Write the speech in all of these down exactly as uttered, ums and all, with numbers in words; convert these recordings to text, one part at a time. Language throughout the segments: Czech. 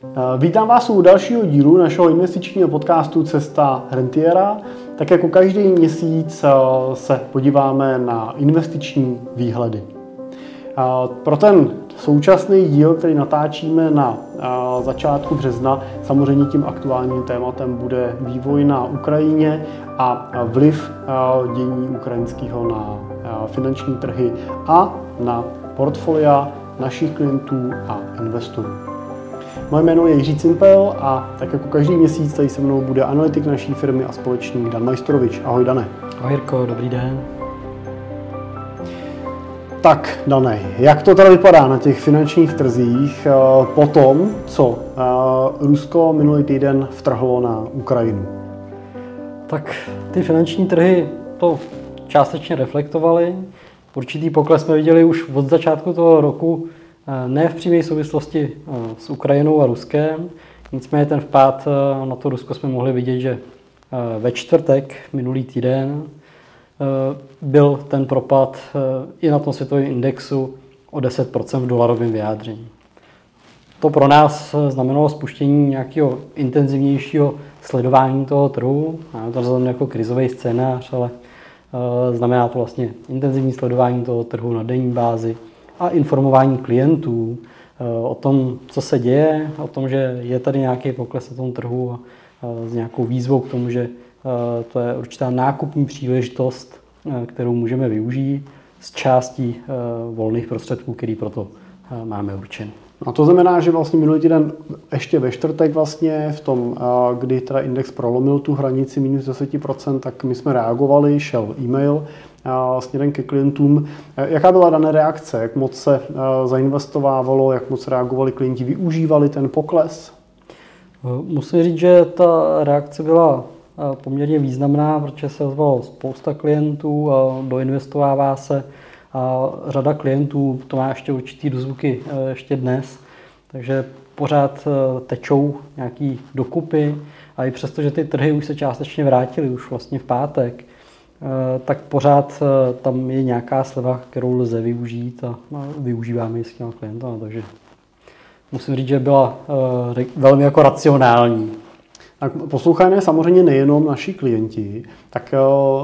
Vítám vás u dalšího dílu našeho investičního podcastu Cesta rentiera. Tak jako každý měsíc se podíváme na investiční výhledy. Pro ten současný díl, který natáčíme na začátku března, samozřejmě tím aktuálním tématem bude vývoj na Ukrajině a vliv dění ukrajinského na finanční trhy a na portfolia našich klientů a investorů. Moje jméno je Jiří Cimpel a tak jako každý měsíc tady se mnou bude analytik naší firmy a společník Dan Majstorovič. Ahoj, Dane. Ahoj, Jirko, dobrý den. Tak, Dane, jak to teda vypadá na těch finančních trzích po tom, co Rusko minulý týden vtrhlo na Ukrajinu? Tak ty finanční trhy to částečně reflektovaly. Určitý pokles jsme viděli už od začátku toho roku, ne v přímé souvislosti s Ukrajinou a Ruskem, nicméně ten vpád na to Rusko jsme mohli vidět, že ve čtvrtek minulý týden byl ten propad i na tom světovém indexu o deset procent v dolarovém vyjádření. To pro nás znamenalo spuštění nějakého intenzivnějšího sledování toho trhu, to znamená jako krizový scénář, ale znamená to vlastně intenzivní sledování toho trhu na denní bázi a informování klientů o tom, co se děje, o tom, že je tady nějaký pokles na tom trhu s nějakou výzvou k tomu, že to je určitá nákupní příležitost, kterou můžeme využít z částí volných prostředků, který proto máme určen. A to znamená, že vlastně minulý týden ještě ve čtvrtek vlastně v tom, kdy teda index prolomil tu hranici minus deset procent, tak my jsme reagovali, šel e-mail směrem ke klientům. Jaká byla daná reakce? Jak moc se zainvestovávalo, jak moc reagovali klienti, využívali ten pokles? Musím říct, že ta reakce byla poměrně významná, protože se ozvalo spousta klientů, doinvestovává se a řada klientů, to má ještě určitý dozvuky ještě dnes, takže pořád tečou nějaký dokupy a i přesto, že ty trhy už se částečně vrátily už vlastně v pátek, tak pořád tam je nějaká sleva, kterou lze využít a využíváme ji s těma klientama, takže musím říct, že byla velmi jako racionální. Tak poslouchají samozřejmě nejenom naši klienti, tak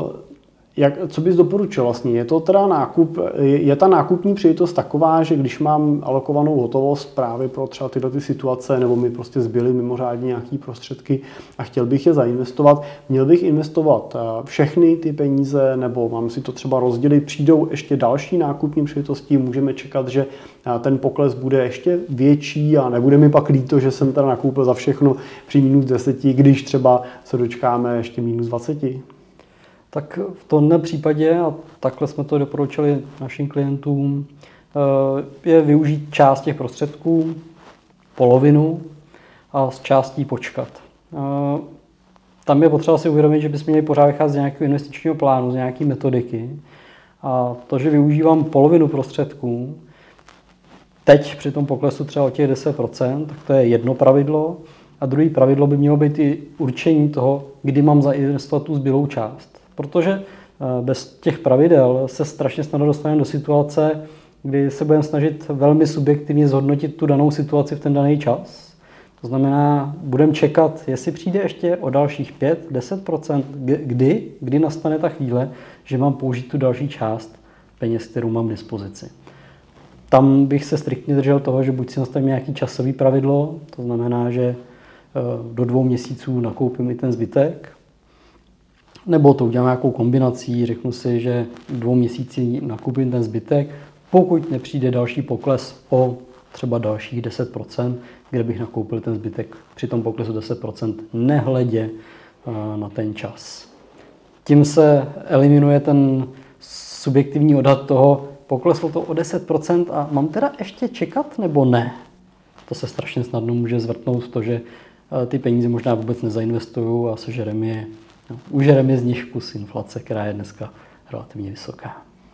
jak, co bys doporučil vlastně? Je to teda nákup, je, je ta nákupní příležitost taková, že když mám alokovanou hotovost právě pro třeba tyhle ty situace, nebo mi prostě zbyly mimořádně nějaký prostředky a chtěl bych je zainvestovat, měl bych investovat všechny ty peníze, nebo mám si to třeba rozdělit, přijdou ještě další nákupní příležitosti, můžeme čekat, že ten pokles bude ještě větší a nebude mi pak líto, že jsem teda nakoupil za všechno při minus deseti, když třeba se dočkáme ještě minus dvaceti. Tak v tomhle případě, a takhle jsme to doporučili našim klientům, je využít část těch prostředků, polovinu, a z částí počkat. Tam je potřeba si uvědomit, že bychom měli pořád vycházet z nějakého investičního plánu, z nějaké metodiky. A to, že využívám polovinu prostředků, teď při tom poklesu třeba o těch deset procent, tak to je jedno pravidlo. A druhé pravidlo by mělo být i určení toho, kdy mám zainvestovat tu zbylou část. Protože bez těch pravidel se strašně snadno dostaneme do situace, kdy se budeme snažit velmi subjektivně zhodnotit tu danou situaci v ten daný čas. To znamená, budeme čekat, jestli přijde ještě o dalších pět až deset procent, kdy, kdy nastane ta chvíle, že mám použít tu další část peněz, kterou mám k dispozici. Tam bych se striktně držel toho, že buď si nastavím nějaký časový pravidlo, to znamená, že do dvou měsíců nakoupím i ten zbytek, nebo to udělám nějakou kombinací, řeknu si, že dvou měsící nakoupím ten zbytek, pokud nepřijde další pokles o třeba dalších deset procent, kde bych nakoupil ten zbytek při tom poklesu deset procent, nehledě na ten čas. Tím se eliminuje ten subjektivní odhad toho, pokleslo to o deset procent a mám teda ještě čekat nebo ne? To se strašně snadno může zvrtnout v to, že ty peníze možná vůbec nezainvestuju a sežerem je, no, užerem je z nich kus inflace, která je dneska relativně vysoká.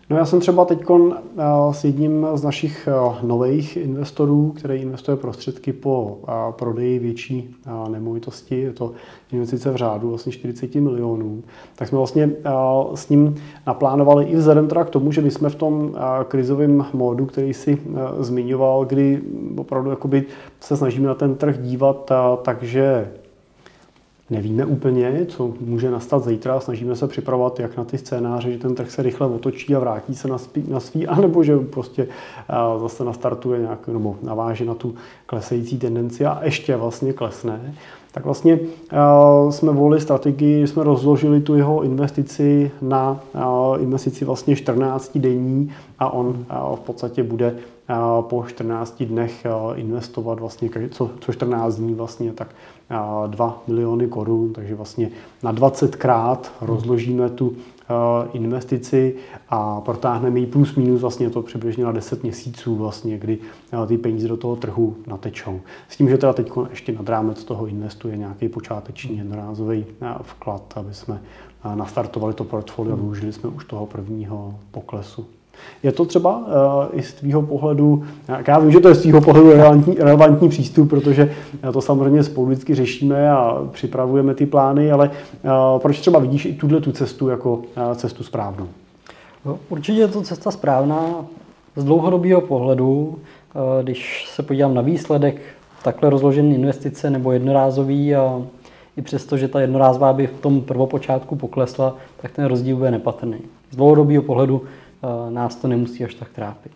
No já jsem třeba teď s jedním z našich nových investorů, který investuje prostředky po prodeji větší nemovitosti, je to investice v řádu vlastně čtyřicet milionů, tak jsme vlastně s ním naplánovali i vzhledem teda k tomu, že my jsme v tom krizovém módu, který si zmiňoval, kdy opravdu jakoby se snažíme na ten trh dívat, takže nevíme úplně, co může nastat zítra, snažíme se připravovat jak na ty scénáře, že ten trh se rychle otočí a vrátí se na, spí, na svý, anebo že prostě zase nastartuje nějak, nebo naváže na tu klesající tendenci a ještě vlastně klesne. Tak vlastně uh, jsme volili strategii, jsme rozložili tu jeho investici na uh, investici vlastně čtrnáct denní a on uh, v podstatě bude uh, po čtrnácti dnech uh, investovat vlastně, co, co čtrnáct dní vlastně, tak uh, dva miliony korun, takže vlastně na dvacet krát rozložíme tu investici a protáhneme ji plus minus vlastně to přibližně na deset měsíců vlastně, kdy ty peníze do toho trhu natečou. S tím, že teda teď ještě nad rámec toho investuje nějaký počáteční jednorázový vklad, aby jsme nastartovali to portfolio a využili jsme už toho prvního poklesu. Je to třeba uh, i z tvýho pohledu, já vím, že to je z tvýho pohledu relevantní, relevantní přístup, protože to samozřejmě spolu vždycky řešíme a připravujeme ty plány, ale uh, proč třeba vidíš i tuhle tu cestu jako uh, cestu správnou? Určitě je to cesta správná. Z dlouhodobého pohledu, uh, když se podívám na výsledek takhle rozložené investice nebo jednorázový a i přesto, že ta jednorázová by v tom prvopočátku poklesla, tak ten rozdíl bude nepatrný. Z dlouhodobého pohledu nás to nemusí až tak trápit.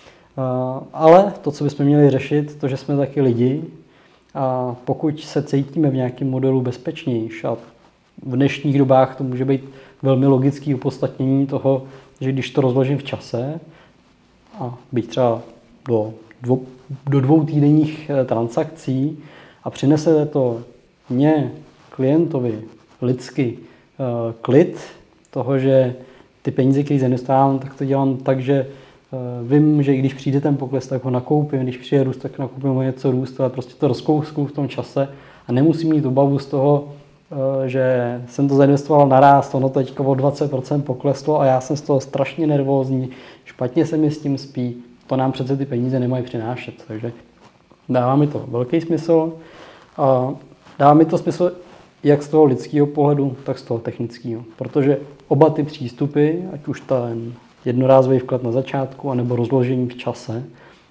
Ale to, co bychom měli řešit, to, že jsme taky lidi a pokud se cítíme v nějakém modelu bezpečnější a v dnešních dobách to může být velmi logické opodstatnění toho, že když to rozložím v čase a byť třeba do dvou, do dvou týdenních transakcí a přinese to mně, klientovi, lidsky klid toho, že ty peníze, které zainvestovám, tak to dělám tak, že uh, vím, že i když přijde ten pokles, tak ho nakoupím, když přijde růst, tak nakoupím o něco růst, ale prostě to rozkousku v tom čase a nemusím mít obavu z toho, uh, že jsem to zainvestoval naráz, ono teďka o dvacet procent pokleslo a já jsem z toho strašně nervózní, špatně se mi s tím spí, to nám přece ty peníze nemají přinášet, takže dává mi to velký smysl a dává mi to smysl jak z toho lidského pohledu, tak z toho technického. Protože oba ty přístupy, ať už ten jednorázový vklad na začátku, anebo rozložení v čase,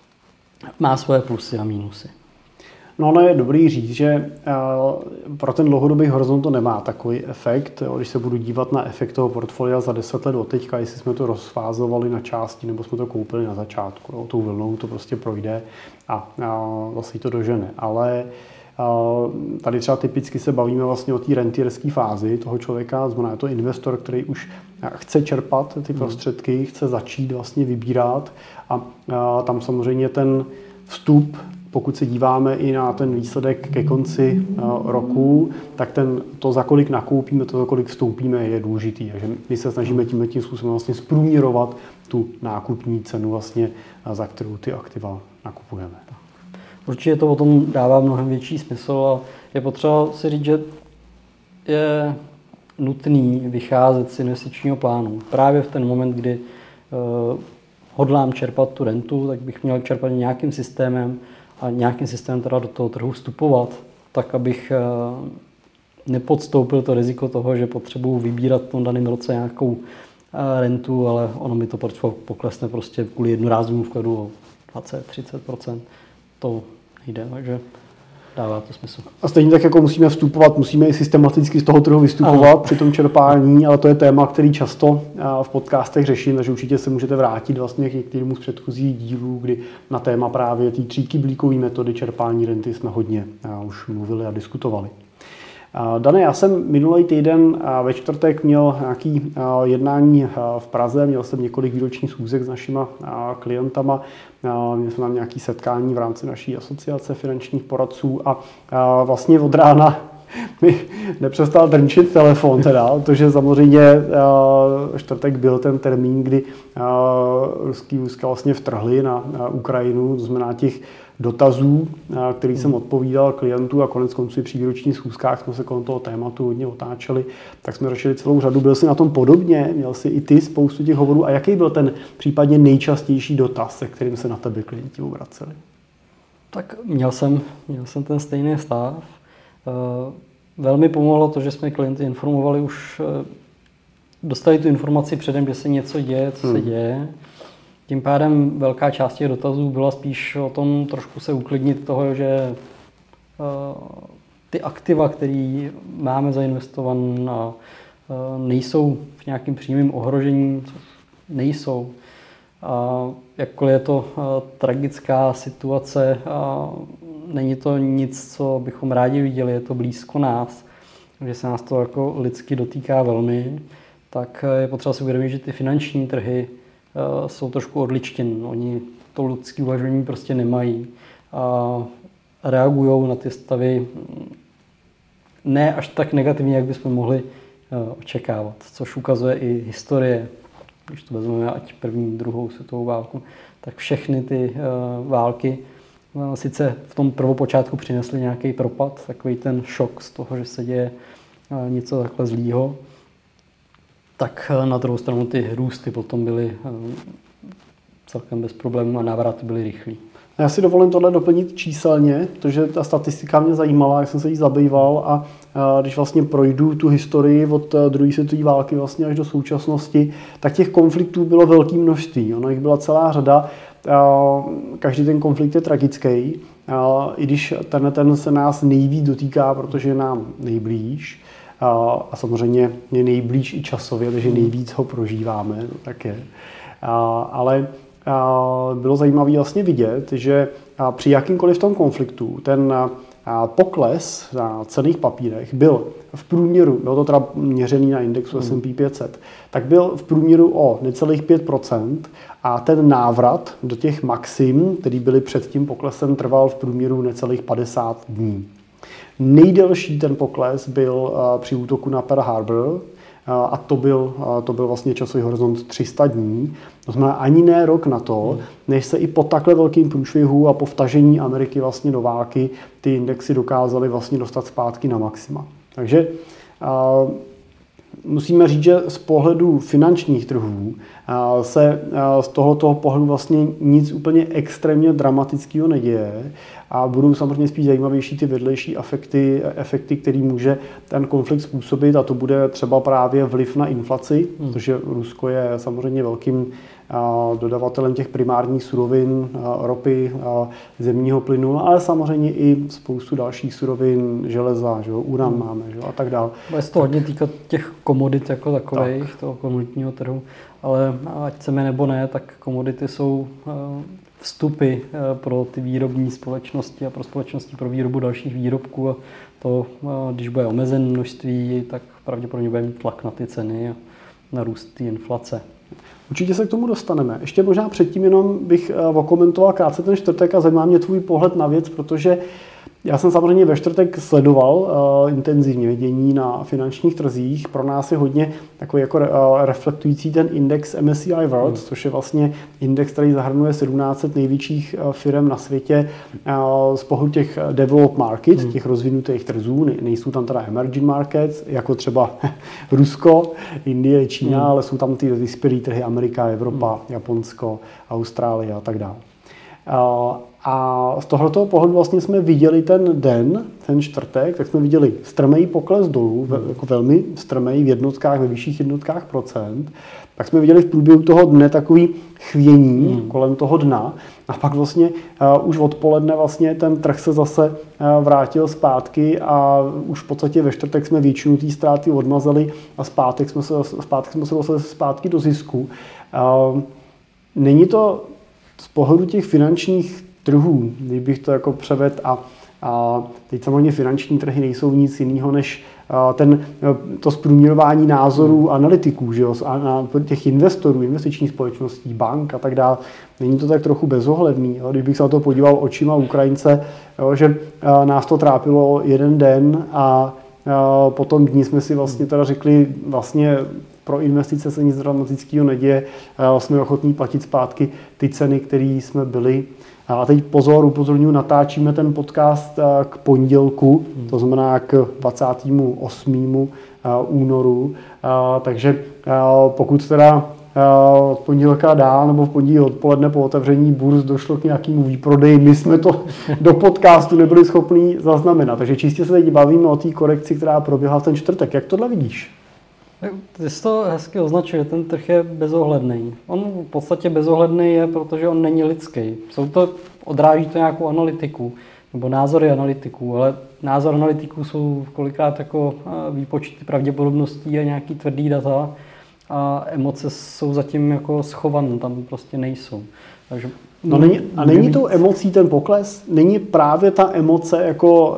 má svoje plusy a mínusy. No, ono je dobrý říct, že pro ten dlouhodobý horizont to nemá takový efekt. Když se budu dívat na efekt toho portfolia za deset let od teďka, jestli jsme to rozfázovali na části, nebo jsme to koupili na začátku. No, tou vlnou to prostě projde a vlastně to dožene. Ale tady třeba typicky se bavíme vlastně o té rentierské fázi toho člověka, znamená to investor, který už chce čerpat ty prostředky, chce začít vlastně vybírat a tam samozřejmě ten vstup, pokud se díváme i na ten výsledek ke konci roku, tak ten, to, za kolik nakoupíme, to, za kolik vstoupíme, je důležitý. Takže my se snažíme tímhle tím způsobem vlastně zprůměrovat tu nákupní cenu, vlastně, za kterou ty aktiva nakupujeme. Určitě to o tom dává mnohem větší smysl a je potřeba si říct, že je nutný vycházet z investičního plánu. Právě v ten moment, kdy uh, hodlám čerpat tu rentu, tak bych měl čerpat nějakým systémem a nějakým systémem teda do toho trhu vstupovat, tak abych uh, nepodstoupil to riziko toho, že potřebuji vybírat v tom daném roce nějakou uh, rentu, ale ono mi to portfolio poklesne prostě kvůli jednorázovému vkladu o dvacet až třicet procent. To nejde, takže dává to smysl. A stejně tak, jako musíme vstupovat, musíme i systematicky z toho trhu vystupovat Aha. při tom čerpání, ale to je téma, který často v podcastech řeším, takže určitě se můžete vrátit vlastně k některému z předchozích dílů, kdy na téma právě té tříkyblíkové metody čerpání renty jsme hodně už mluvili a diskutovali. Dane, já jsem minulý týden ve čtvrtek měl nějaký jednání v Praze, měl jsem několik výročních schůzek s našima klientama, měli jsme tam nějaké setkání v rámci naší asociace finančních poradců a vlastně od rána mi nepřestal drnčit telefon teda, protože samozřejmě čtvrtek byl ten termín, kdy ruský vojska vlastně vtrhli na Ukrajinu, to znamená těch dotazů, který jsem odpovídal klientů a konec konců při výročních schůzkách jsme se kolem toho tématu hodně otáčeli, tak jsme řešili celou řadu. Byl jsi na tom podobně, měl jsi i ty spoustu těch hovorů a jaký byl ten případně nejčastější dotaz, se kterým se na tebe klienti obraceli? Tak měl jsem, měl jsem ten stejný stav. Velmi pomohlo to, že jsme klienty informovali už, dostali tu informaci předem, že se něco děje, co hmm. se děje. Tím pádem velká část těch dotazů byla spíš o tom trošku se uklidnit toho, že ty aktiva, které máme zainvestované, nejsou v nějakým přímým ohrožení, což nejsou. A jakkoliv je to tragická situace, není to nic, co bychom rádi viděli, je to blízko nás, že se nás to jako lidsky dotýká velmi, tak je potřeba si uvědomit, že ty finanční trhy jsou trošku odličtěny. Oni to lidské uvažování prostě nemají a reagují na ty stavy ne až tak negativně, jak bychom mohli očekávat, což ukazuje i historie. Když to vezmeme ať první, druhou světovou válku, tak všechny ty války sice v tom prvopočátku přinesly nějaký propad, takový ten šok z toho, že se děje něco takhle zlýho, tak na druhou stranu ty růsty potom byly celkem bez problémů a návraty byly rychlý. Já si dovolím tohle doplnit číselně, protože ta statistika mě zajímala, jak jsem se jí zabýval a když vlastně projdu tu historii od druhé světové války vlastně až do současnosti, tak těch konfliktů bylo velké množství. Ono jich byla celá řada. Každý ten konflikt je tragický, i když ten, ten se nás nejvíc dotýká, protože je nám nejblíž. A samozřejmě je nejblíž i časově, takže nejvíc ho prožíváme, to tak je. Ale bylo zajímavé vlastně vidět, že při jakýmkoliv tom konfliktu ten pokles na cenných papírech byl v průměru, bylo to teda měřený na indexu S and P pět set, tak byl v průměru o necelých pět procent a ten návrat do těch maxim, který byly před tím poklesem, trval v průměru necelých padesát dní. Nejdelší ten pokles byl při útoku na Pearl Harbor a to byl, to byl vlastně časový horizont tři sta dní. To znamená ani ne rok na to, než se i po takhle velkým průšvihu a po vtažení Ameriky vlastně do války ty indexy dokázaly vlastně dostat zpátky na maxima. Takže musíme říct, že z pohledu finančních trhů se z tohoto pohledu vlastně nic úplně extrémně dramatického neděje a budou samozřejmě spíš zajímavější ty vedlejší efekty, efekty, který může ten konflikt způsobit a to bude třeba právě vliv na inflaci, hmm. protože Rusko je samozřejmě velkým dodavatelem těch primárních surovin, ropy, zemního plynu, ale samozřejmě i spoustu dalších surovin, železa, že jo, uran hmm. máme, že jo, a tak dále. Bude se to hodně týkat těch komodit jako takových, tak. toho komoditního trhu, ale ať chceme nebo ne, tak komodity jsou vstupy pro ty výrobní společnosti a pro společnosti pro výrobu dalších výrobků a to, když bude omezen množství, tak pravděpodobně bude mít tlak na ty ceny a na růst té inflace. Určitě se k tomu dostaneme. Ještě možná předtím jenom bych okomentoval krátce ten čtvrtek a zajímá mě tvůj pohled na věc, protože já jsem samozřejmě ve čtvrtek sledoval uh, intenzivně dění na finančních trzích. Pro nás je hodně takový jako uh, reflektující ten index M S C I World, hmm. což je vlastně index, který zahrnuje sedmnáct set největších uh, firm na světě uh, z pohledu těch developed market, hmm. těch rozvinutých trzů. Ne, nejsou tam teda emerging markets, jako třeba Rusko, Indie, Čína, hmm. ale jsou tam ty vyspělé trhy Amerika, Evropa, hmm. Japonsko, Austrálie a tak dále. Uh, A z tohoto pohledu vlastně jsme viděli ten den, ten čtvrtek, tak jsme viděli strmý pokles dolů, hmm. jako velmi strmý v jednotkách, ve vyšších jednotkách procent. Tak jsme viděli v průběhu toho dne takový chvění hmm. kolem toho dna a pak vlastně uh, už odpoledne vlastně ten trh se zase uh, vrátil zpátky a už v podstatě ve čtvrtek jsme většinu té ztráty odmazali a zpátek jsme se, zpátek jsme se dostali zpátky do zisku. Uh, není to z pohledu těch finančních trhů, kdybych to jako převedl a, a teď samozřejmě finanční trhy nejsou nic jiného než ten, to zprůměrování názorů hmm. analytiků, že jo, a těch investorů, investičních společností, bank a tak dále. Není to tak trochu bezohledný, jo? Když bych se na to podíval očima Ukrajince, jo, že nás to trápilo jeden den a po tom dní jsme si vlastně teda řekli, vlastně pro investice se nic dramatického neděje, jsme ochotní platit zpátky ty ceny, které jsme byli. A teď pozor, upozorňuji, natáčíme ten podcast k pondělku, to znamená k dvacátému osmému únoru, takže pokud teda od pondělka dál nebo v pondělí odpoledne po otevření burz došlo k nějakému výprodeji, my jsme to do podcastu nebyli schopni zaznamenat. Takže čistě se teď bavíme o té korekci, která proběhla v ten čtvrtek. Jak tohle vidíš? Ty jsi to hezky označil, ten trh je bezohledný. On v podstatě bezohledný je, protože on není lidský. Jsou to, odráží to nějakou analytiku, nebo názory analytiků, ale názor analytiků jsou kolikrát jako výpočty pravděpodobností a nějaký tvrdý data a emoce jsou zatím jako schované, tam prostě nejsou. Takže No není, a není tou emocí ten pokles? Není právě ta emoce jako uh,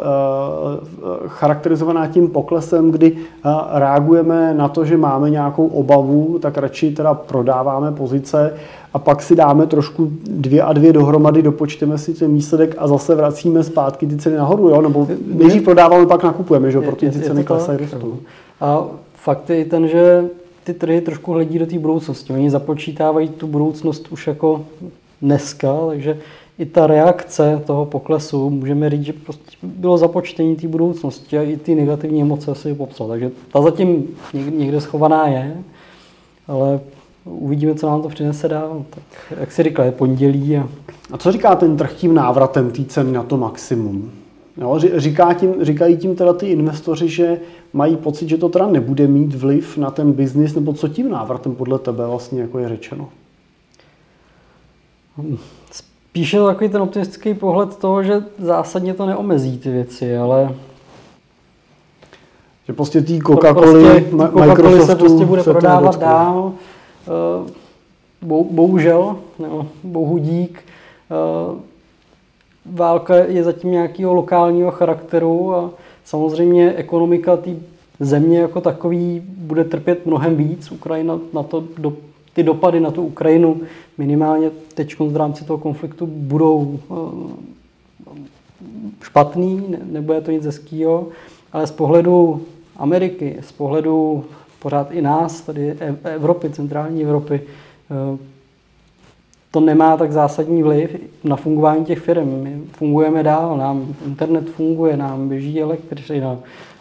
charakterizovaná tím poklesem, kdy uh, reagujeme na to, že máme nějakou obavu, tak radši teda prodáváme pozice a pak si dáme trošku dvě a dvě dohromady, dopočteme si ten výsledek a zase vracíme zpátky ty ceny nahoru, jo? Nebo nejdřív prodáváme, pak nakupujeme, že? Protože ty ceny klesají, rostou. A fakt je ten, že ty trhy trošku hledí do té budoucnosti. Oni započítávají tu budoucnost už jako dneska, takže i ta reakce toho poklesu, můžeme říct, že prostě bylo započtení té budoucnosti a i ty negativní emoce si popsal. Takže ta zatím někde, někde schovaná je, ale uvidíme, co nám to přinese dál. Tak, jak jsi říkal, je pondělí. A... a co říká ten trh tím návratem té ceny na to maximum? Jo, říká tím, říkají tím teda ty investoři, že mají pocit, že to teda nebude mít vliv na ten biznis, nebo co tím návratem podle tebe vlastně jako je řečeno? Spíše takový ten optimistický pohled toho, že zásadně to neomezí ty věci, ale... Že prostě tý Coca-Coly, prostě, Coca-Coly se prostě bude se prodávat dál. Bohužel, no, bohu dík. Válka je zatím nějakého lokálního charakteru a samozřejmě ekonomika té země jako takový bude trpět mnohem víc. Ukrajina na to do, ty dopady na tu Ukrajinu minimálně teď v rámci toho konfliktu budou špatný, ne, nebude to nic hezkýho, ale z pohledu Ameriky, z pohledu pořád i nás, tady Evropy, centrální Evropy, to nemá tak zásadní vliv na fungování těch firm. My fungujeme dál, nám internet funguje, nám běží elektřina,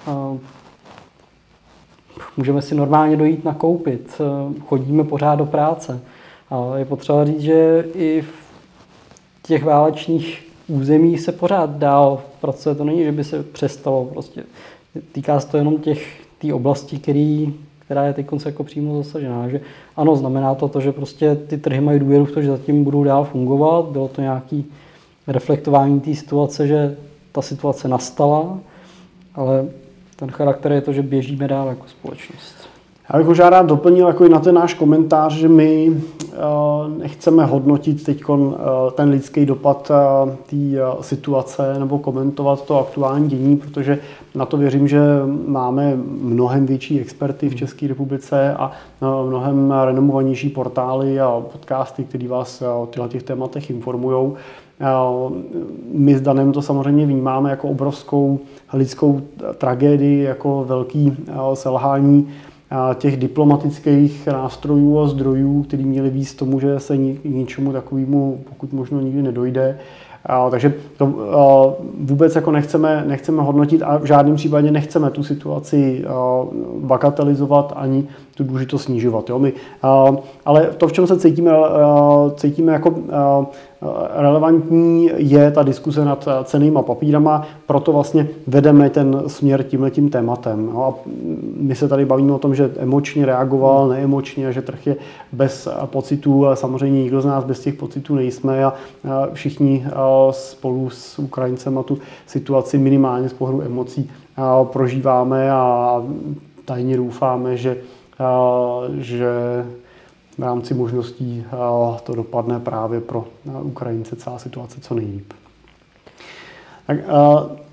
můžeme si normálně dojít nakoupit, chodíme pořád do práce. A je potřeba říct, že i v těch válečných územích se pořád dál pracuje. To není, že by se přestalo. Prostě týká se to jenom těch té oblasti, který, která je teď jako přímo zasažená. Že ano, znamená to to, že prostě ty trhy mají důvěru v to, že zatím budou dál fungovat. Bylo to nějaké reflektování té situace, že ta situace nastala, ale ten charakter je to, že běžíme dál jako společnost. Já bych možná rád doplnil jako i na ten náš komentář, že my uh, nechceme hodnotit teď uh, ten lidský dopad uh, té uh, situace nebo komentovat to aktuální dění, protože na to věřím, že máme mnohem větší experty v České republice a uh, mnohem renomovanější portály a podcasty, které vás uh, o těchto těch tématech informujou. My s Danem to samozřejmě vnímáme jako obrovskou lidskou tragédii, jako velký selhání těch diplomatických nástrojů a zdrojů, které měly vést tomu, že se ničemu takovému pokud možno nikdy nedojde. Takže to vůbec jako nechceme, nechceme hodnotit a v žádném případě nechceme tu situaci bagatelizovat ani tu důležitost snižovat. Jo? My, ale to, v čem se cítíme, cítíme jako relevantní, je ta diskuse nad cennýma papírama, proto vlastně vedeme ten směr tímhletím tématem. A my se tady bavíme o tom, že emočně reagoval, neemočně, a že trh je bez pocitů, ale samozřejmě nikdo z nás bez těch pocitů nejsme a všichni spolu s Ukrajincema tu situaci minimálně z pohledu emocí prožíváme a tajně doufáme, že, že v rámci možností to dopadne právě pro Ukrajince celá situace co nejlíp. Tak,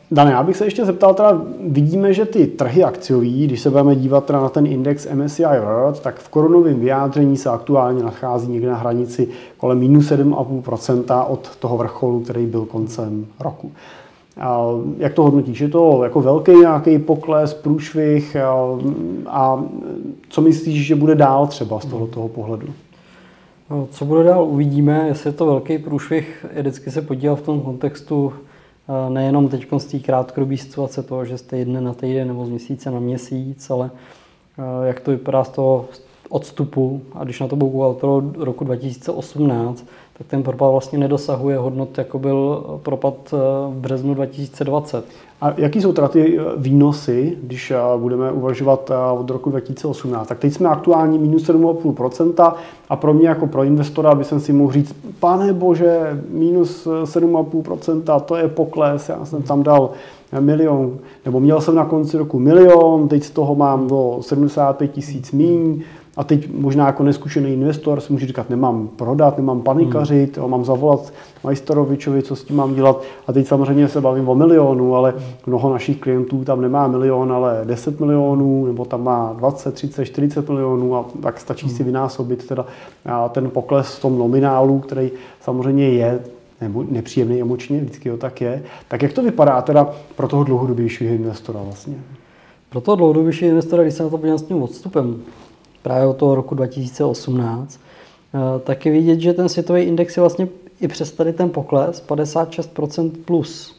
Dane, já bych se ještě zeptal, teda vidíme, že ty trhy akciový, když se budeme dívat teda na ten index M S C I World, tak v korunovém vyjádření se aktuálně nachází někde na hranici kolem minus sedm celá pět procenta od toho vrcholu, který byl koncem roku. A jak to hodnotíš? Je to jako velký nějaký pokles, průšvih a, a co myslíš, že bude dál třeba z toho, toho pohledu? No, co bude dál, uvidíme. Jestli je to velký průšvih, je vždycky se podívat v tom kontextu nejenom teď z té krátkodobé situace toho, že z týdne na týden nebo z měsíce na měsíc, ale jak to vypadá z toho odstupu. A když na to budu koukat toho roku dva tisíce osmnáct, tak ten propad vlastně nedosahuje hodnot, jako byl propad v březnu dva tisíce dvacet. A jaký jsou teda ty výnosy, když budeme uvažovat od roku dva tisíce osmnáct? Tak teď jsme aktuální minus sedm celá pět procenta a pro mě jako pro investora by jsem si mohl říct, pane bože, minus sedm celá pět procenta, to je pokles, já jsem tam dal milion, nebo měl jsem na konci roku milion, teď z toho mám do sedmdesát pět tisíc míň. A teď možná jako neskušený investor si může říkat, nemám prodat, nemám panikařit, hmm. mám zavolat majstorovičovi, co s tím mám dělat. A teď samozřejmě se bavím o milionu, ale mnoho našich klientů tam nemá milion, ale deset milionů, nebo tam má dvacet, třicet, čtyřicet milionů a tak stačí hmm. si vynásobit teda ten pokles v tom nominálu, který samozřejmě je nepříjemný emočně, vždycky to tak je. Tak jak to vypadá teda pro toho dlouhodobějšího investora vlastně? Pro toho dlouhodobějšího investora, když se na to podívám s tím odstupem, právě od toho roku dva tisíce osmnáct, tak je vidět, že ten světový index je vlastně i přes tady ten pokles padesát šest procent plus.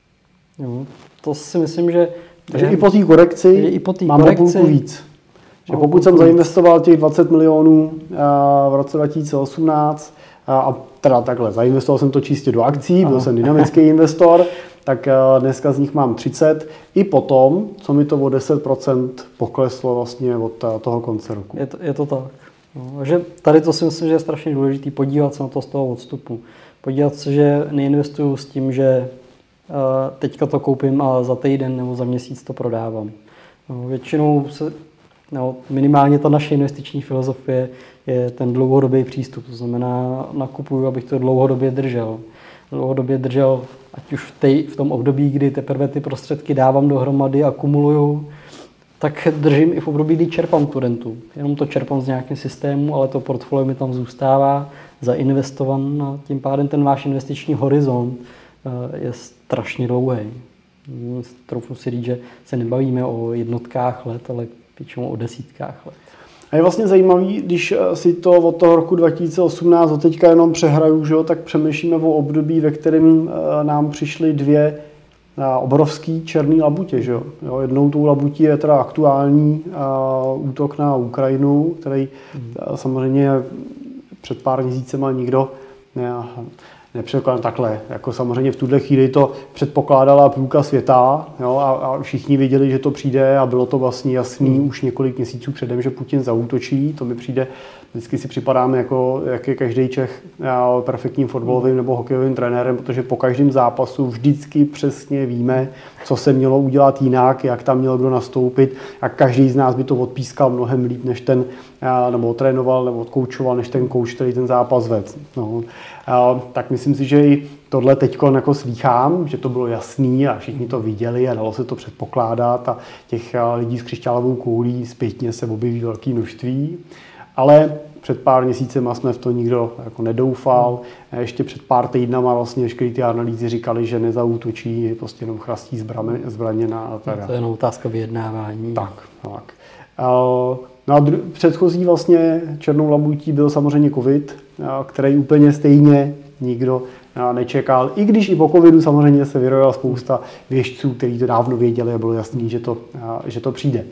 Jo, to si myslím, že... Takže i po té korekci i po té mám korekci, o půlku víc. Že pokud jsem zainvestoval těch dvacet milionů v roce dva tisíce osmnáct a teda takhle, zainvestoval jsem to čistě do akcí, byl jsem dynamický investor, tak dneska z nich mám třicet. I potom, co mi to o deset procent pokleslo vlastně od toho konce roku. Je to, je to tak. No, že tady to si myslím, že je strašně důležité podívat se na to z toho odstupu. Podívat se, že neinvestuju s tím, že uh, teďka to koupím a za týden nebo za měsíc to prodávám. No, většinou se, no, minimálně ta naše investiční filozofie je ten dlouhodobý přístup. To znamená, nakupuju, abych to dlouhodobě držel. Dlouhodobě držel, ať už v, tej, v tom období, kdy teprve ty prostředky dávám dohromady a kumuluju, tak držím i v období, kdy čerpám tu rentu. Jenom to čerpám z nějakého systému, ale to portfolio mi tam zůstává zainvestovan a tím pádem ten váš investiční horizont je strašně dlouhý. Troufnu si říct, že se nebavíme o jednotkách let, ale většinou o desítkách let. A je vlastně zajímavý, když si to od toho roku dva tisíce osmnáct do teďka jenom přehraju, že jo, tak přemýšlíme o období, ve kterém nám přišly dvě obrovský černý labutě. Že jo. Jo, jednou tou labutí je teda aktuální uh, útok na Ukrajinu, který hmm. uh, samozřejmě před pár měsícema nikdo ne, nepředpokládal takhle. Jako samozřejmě v tuhle chvíli to předpokládala půlka světa, jo, a, a všichni věděli, že to přijde a bylo to vlastně jasný hmm. už několik měsíců předem, že Putin zaútočí. To mi přijde, vždycky si připadáme jako, jak je každý Čech perfektním fotbalovým nebo hokejovým trenérem, protože po každém zápasu vždycky přesně víme, co se mělo udělat jinak, jak tam měl kdo nastoupit a každý z nás by to odpískal mnohem líp, než ten, nebo trénoval, nebo odkoučoval, než ten kouč, který ten zápas vedl. No. Tak myslím si, že i tohle teďko jako slýchám, že to bylo jasný a všichni to viděli a dalo se to předpokládat a těch lidí s křišťálovou koulí zpětně se objeví velké množství. Ale před pár měsícema jsme v to nikdo jako nedoufal. Ještě před pár týdnama vlastně veškeré ty analýzy říkali, že nezaútočí, prostě jenom chrastí zbraně, zbraně na teda. To je jenom otázka vyjednávání. Tak, tak. No a dru- předchozí vlastně černou labutí byl samozřejmě covid, který úplně stejně nikdo nečekal. I když i po covidu samozřejmě se vyrojila spousta věštců, kteří to dávno věděli a bylo jasný, že to, že to přijde.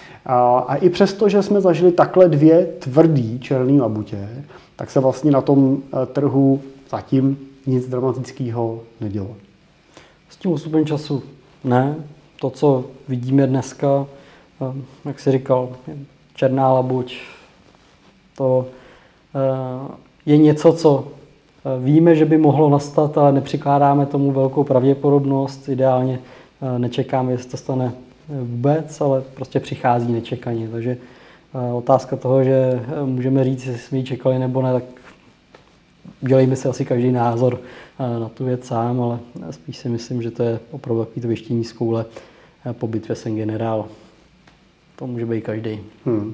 A i přesto, že jsme zažili takhle dvě tvrdý černý labutě, tak se vlastně na tom trhu zatím nic dramatického nedělo. S tím ústupem času ne. To, co vidíme dneska, jak jsi říkal, černá labuť, to je něco, co víme, že by mohlo nastat, ale nepřikládáme tomu velkou pravděpodobnost. Ideálně nečekáme, jestli to stane vůbec, ale prostě přichází nečekaně. Takže otázka toho, že můžeme říct, jestli jsme ji čekali nebo ne, tak Dělejme si asi každý názor na tu věc sám, ale spíš si myslím, že to je opravdu takový to věštění z koule po bitvě Sen generál. To může být každý. Hmm.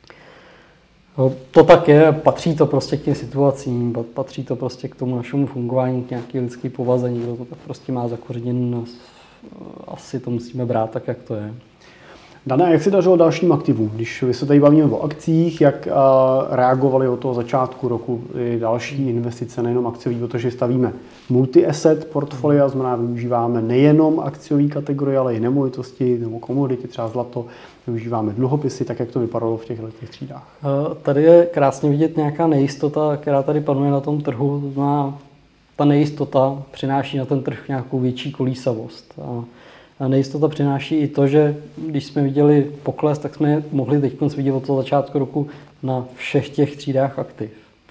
To tak je, patří to prostě k těm situacím, patří to prostě k tomu našemu fungování, k nějaké lidské povaze, někdo to tak prostě má zakořeněn, asi to musíme brát tak, jak to je. Dané, jak se dařilo dalším aktivům? Když vy se tady bavíme o akcích, jak reagovali od toho začátku roku i další investice, nejenom akciový, protože stavíme multi-asset portfolia, znamená využíváme nejenom akciové kategorie, ale i nemovitosti nebo komodity, třeba zlato, využíváme dluhopisy, tak jak to vypadalo v těchto těch třídách. Tady je krásně vidět nějaká nejistota, která tady panuje na tom trhu, to znamená, ta nejistota přináší na ten trh nějakou větší kolísavost. A nejistota přináší i to, že když jsme viděli pokles, tak jsme mohli teď vidět od toho začátku roku na všech těch třídách aktiv.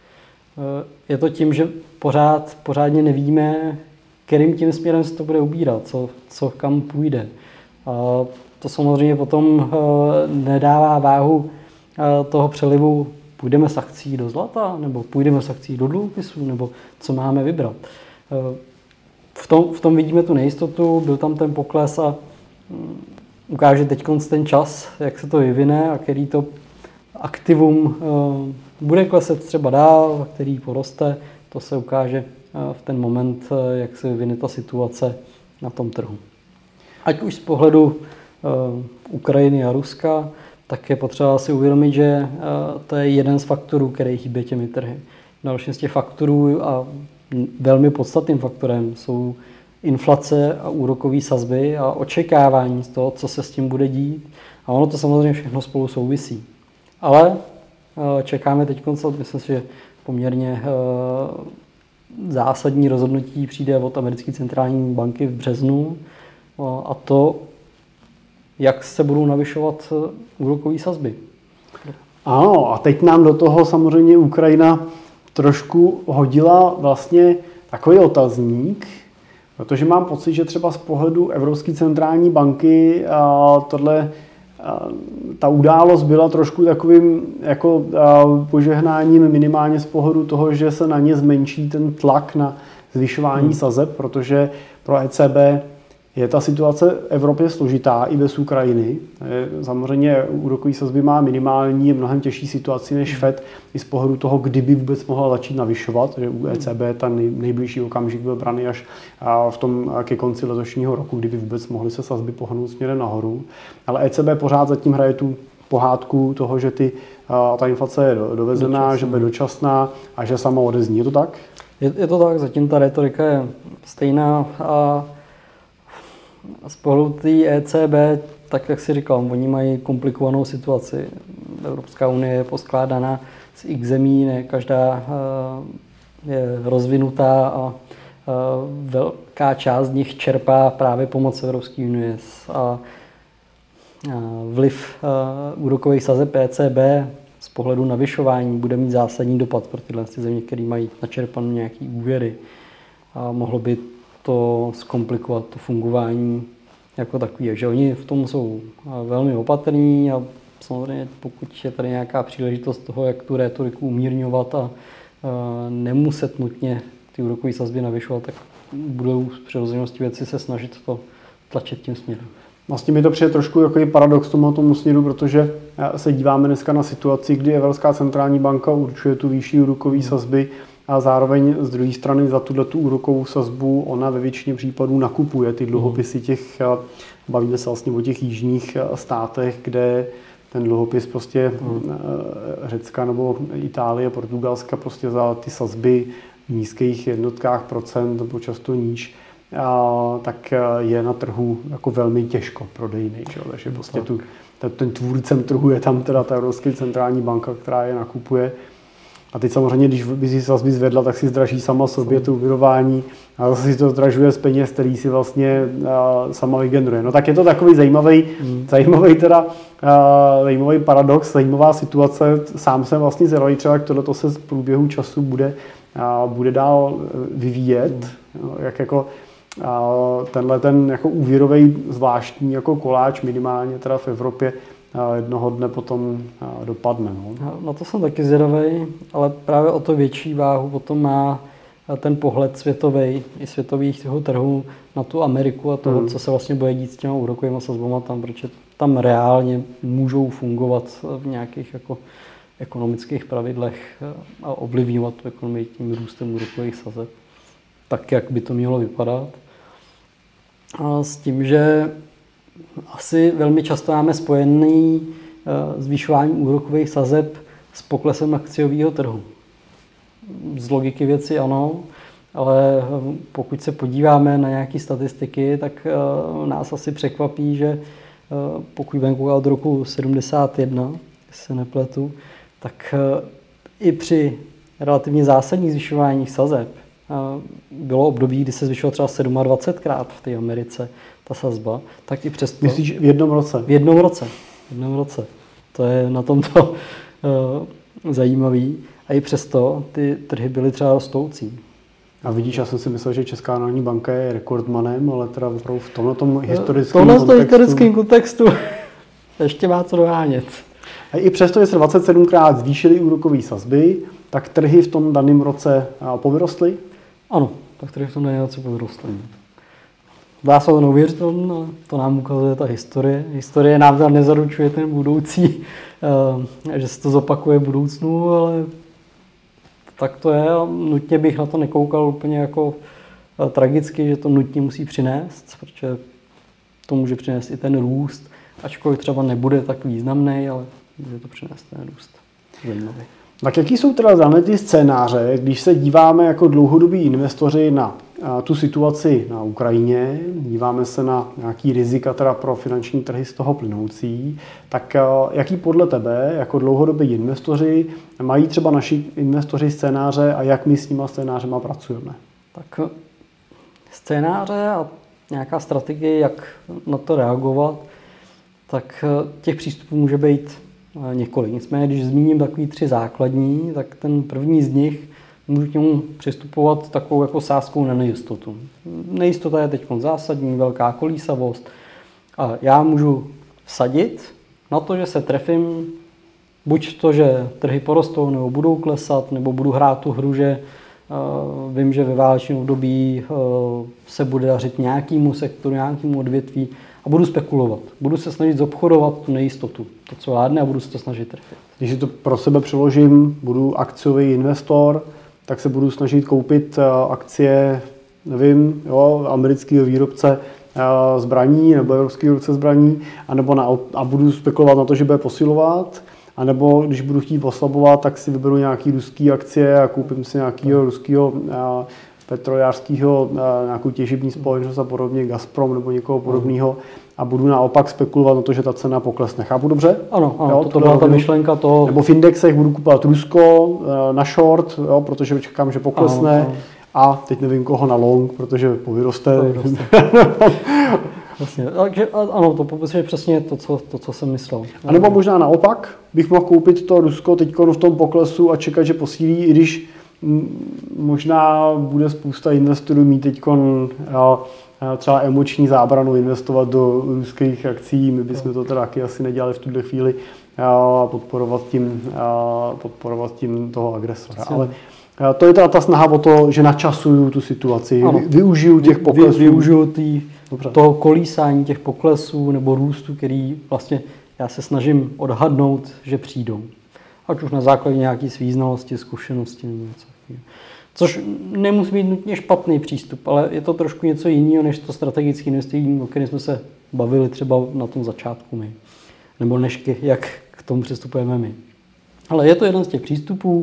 Je to tím, že pořád, pořádně nevíme, kterým tím směrem se to bude ubírat, co, co kam půjde. A to samozřejmě potom nedává váhu toho přelivu, půjdeme s akcí do zlata, nebo půjdeme s akcí do dluhopisů, nebo co máme vybrat. V tom, v tom vidíme tu nejistotu, byl tam ten pokles a ukáže teď ten čas, jak se to vyvine a který to aktivum bude kleset třeba dál, a který poroste, to se ukáže v ten moment, jak se vyvine ta situace na tom trhu. Ať už z pohledu Ukrajiny a Ruska, tak je potřeba si uvědomit, že to je jeden z faktorů, který hýbe těmi trhy. Další z těch faktorů a velmi podstatným faktorem jsou inflace a úrokové sazby a očekávání z toho, co se s tím bude dít. A ono to samozřejmě všechno spolu souvisí. Ale čekáme teď, myslím si, že poměrně zásadní rozhodnutí přijde od americké centrální banky v březnu a to, jak se budou navyšovat úrokové sazby. Ano, a teď nám do toho samozřejmě Ukrajina trošku hodila vlastně takový otazník, protože mám pocit, že třeba z pohledu Evropské centrální banky a tohle, a ta událost byla trošku takovým jako požehnáním minimálně z pohledu toho, že se na ně zmenší ten tlak na zvyšování hmm. sazeb, protože pro E C B je ta situace v Evropě složitá i bez Ukrajiny. Samozřejmě úrokový sazby má minimální, je mnohem těžší situaci než Fed i z pohledu toho, kdyby vůbec mohla začít navyšovat, že u E C B ten nejbližší okamžik byl braný až v tom ke konci letošního roku, kdyby vůbec mohly se sazby pohnout směrem nahoru. Ale E C B pořád zatím hraje tu pohádku toho, že ty, ta inflace je dovezená, dočasná. Že bude dočasná a že sama odezní. Je to tak? Je, je to tak, zatím ta retorika je stejná a z pohledu té E C B, tak jak si říkal, oni mají komplikovanou situaci. Evropská unie je poskládaná z x zemí, ne každá je rozvinutá a velká část z nich čerpá právě pomoc Evropské unie. A vliv úrokových sazeb E C B z pohledu navyšování bude mít zásadní dopad pro tyhle země, které mají načerpané nějaké úvěry. A mohlo by to zkomplikovat to fungování jako takové. Takže oni v tom jsou velmi opatrní a samozřejmě pokud je tady nějaká příležitost toho, jak tu rétoriku umírňovat a nemuset nutně ty úrokové sazby navyšovat, tak budou z přirozenosti věci se snažit to tlačit tím směrem. Vlastně mi to přijde trošku jako paradox tomu tomu směru, protože se díváme dneska na situaci, kdy Evropská centrální banka určuje tu výši úrokové sazby a zároveň z druhé strany za tuto úrokovou sazbu ona ve většině případů nakupuje ty dluhopisy těch, bavíme se vlastně o těch jižních státech, kde ten dluhopis prostě mm. Řecka nebo Itálie, Portugalska prostě za ty sazby v nízkých jednotkách procent nebo často níž, a, tak je na trhu jako velmi těžko prodejný. Že? Takže prostě tu, ten tvůrcem trhu je tam teda ta Evropská centrální banka, která je nakupuje. A teď samozřejmě, když by si sazby zvedla, tak si zdraží sama sobě to úvěrování a zase si to zdražuje z peněz, který si vlastně uh, sama vygeneruje. No tak je to takový zajímavý, mm. zajímavý teda, uh, zajímavý paradox, zajímavá situace. Sám jsem vlastně zvědavý třeba, jak tohleto se z průběhu času bude, uh, bude dál vyvíjet, mm. no, jak jako uh, tenhle ten jako úvěrový zvláštní jako koláč minimálně teda v Evropě jednoho dne potom dopadne. No. Na to jsem taky zvědavý, ale právě o to větší váhu potom má ten pohled světový i světového trhu na tu Ameriku a to, hmm. co se vlastně bude dít s těma úrokovými sazbama tam, protože tam reálně můžou fungovat v nějakých jako ekonomických pravidlech a ovlivňovat tu ekonomii tím růstem úrokových sazeb, tak, jak by to mělo vypadat. A s tím, že asi velmi často máme spojený zvyšování úrokových sazeb s poklesem akciového trhu. Z logiky věci ano, ale pokud se podíváme na nějaké statistiky, tak nás asi překvapí, že pokud budeme koukat od roku sedmdesát jedna, jestli se nepletu, tak i při relativně zásadních zvyšování sazeb bylo období, kdy se zvyšovalo třeba dvacetkrát v té Americe ta sazba, tak i přesto... Myslíš v jednom roce? V jednom roce. V jednom roce. To je na tomto uh, zajímavý. A i přesto ty trhy byly třeba rostoucí. A vidíš, já jsem si myslel, že Česká národní banka je rekordmanem, ale teda opravdu v tomhle tom historickém tomhle kontextu... V historickém kontextu ještě má co dohánět. A i přesto, že se dvacet sedmkrát zvýšily úrokové sazby, tak trhy v tom daném roce povyrostly? Ano, tak trhy v tom daném roce povyrostly. Dá se to neuvěřitelné, ale to nám ukazuje ta historie. Historie nám tam nezaručuje ten budoucí, že se to zopakuje v budoucnu, ale tak to je. Nutně bych na to nekoukal úplně jako tragicky, že to nutně musí přinést, protože to může přinést i ten růst, ačkoliv třeba nebude tak významný, ale může to přinést ten růst. Zajímavý. Tak jaký jsou teda dané ty scénáře, když se díváme jako dlouhodobí investoři na tu situaci na Ukrajině, díváme se na nějaký rizika teda pro finanční trhy z toho plynoucí, tak jaký podle tebe jako dlouhodobí investoři mají třeba naši investoři scénáře a jak my s nima scénářema pracujeme? Tak scénáře a nějaká strategie, jak na to reagovat, tak těch přístupů může být několik. Nicméně, když zmíním takový tři základní, tak ten první z nich můžu k němu přistupovat takovou jako sázkou na nejistotu. Nejistota je teď zásadní, velká kolísavost a já můžu vsadit na to, že se trefím buď to, že trhy porostou nebo budou klesat, nebo budu hrát tu hru, že uh, vím, že ve válečném období uh, se bude dařit nějakému sektoru, nějakému odvětví a budu spekulovat. Budu se snažit zobchodovat tu nejistotu, to, co vládne, a budu se to snažit trefit. Když si to pro sebe přeložím, budu akciový investor, tak se budu snažit koupit akcie, nevím, jo, amerického výrobce zbraní nebo evropského výrobce zbraní, anebo na, a budu spekulovat na to, že bude posilovat, anebo když budu chtít oslabovat, tak si vyberu nějaký ruský akcie a koupím si nějakého ruského petrojářského, nějakou těžební společnost a podobně, Gazprom nebo někoho podobného, a budu naopak spekulovat na to, že ta cena poklesne. Chápu dobře? Ano, ano, jo, to, to byla ta myšlenka toho. Nebo v indexech budu kupovat Rusko na short, jo, protože čekám, že poklesne, ano, ano. A teď nevím koho na long, protože povyroste. Vlastně, takže ano, to popisuje přesně to, co, to, co jsem myslel. A nebo možná naopak, bych mohl koupit to Rusko teď v tom poklesu a čekat, že posílí, i když možná bude spousta investorů mít teď třeba emoční zábranu investovat do ruských akcí. My bychom to teda taky asi nedělali v tuhle chvíli a podporovat tím, a podporovat tím toho agresora. Ale to je teda ta snaha o to, že načasuju tu situaci, ano. využiju těch poklesů. Vy, využiju tý, toho kolísání těch poklesů nebo růstu, který vlastně já se snažím odhadnout, že přijdou. Ať už na základě nějaké své znalosti, zkušenosti nebo něco takového. Což nemusí být nutně špatný přístup, ale je to trošku něco jiného než to strategické investování, o kterém jsme se bavili třeba na tom začátku my. Nebo než jak k tomu přistupujeme my. Ale je to jeden z těch přístupů.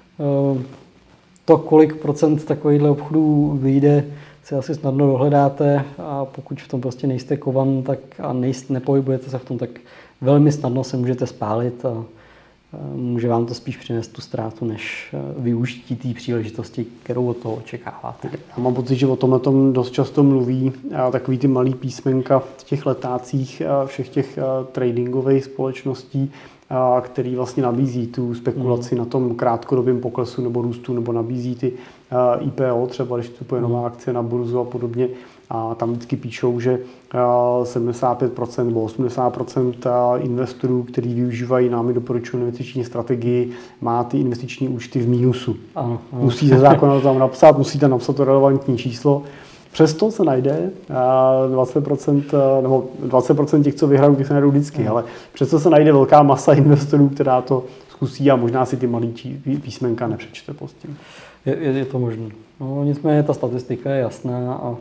To, kolik procent takovýchhle obchodů vyjde, si asi snadno dohledáte, a pokud v tom prostě nejste kovan, tak a nejste, nepohybujete se v tom, tak velmi snadno se můžete spálit a může vám to spíš přinést tu ztrátu, než využití té příležitosti, kterou od toho očekáváte. Já mám pocit, že o tomhle tom dost často mluví takový ty malý písmenka v těch letácích všech těch tradingových společností, který vlastně nabízí tu spekulaci mm. na tom krátkodobém poklesu nebo růstu, nebo nabízí ty I P O, třeba když vstupuje nová akce na burzu a podobně. a tam vždycky píšou, že sedmdesát pět procent nebo osmdesát procent investorů, kteří využívají námi doporučenou investiční strategii, má ty investiční účty v mínusu. Ano, ano. Musí ze zákona tam napsat, musíte napsat to relevantní číslo. Přesto se najde dvacet procent, nebo dvacet procent těch, co vyhrajou, těch se najdou vždycky, ale přesto se najde velká masa investorů, která to zkusí a možná si ty malý písmenka nepřečte pod tím. Je, je, je to možné. No, nicméně ta statistika je jasná a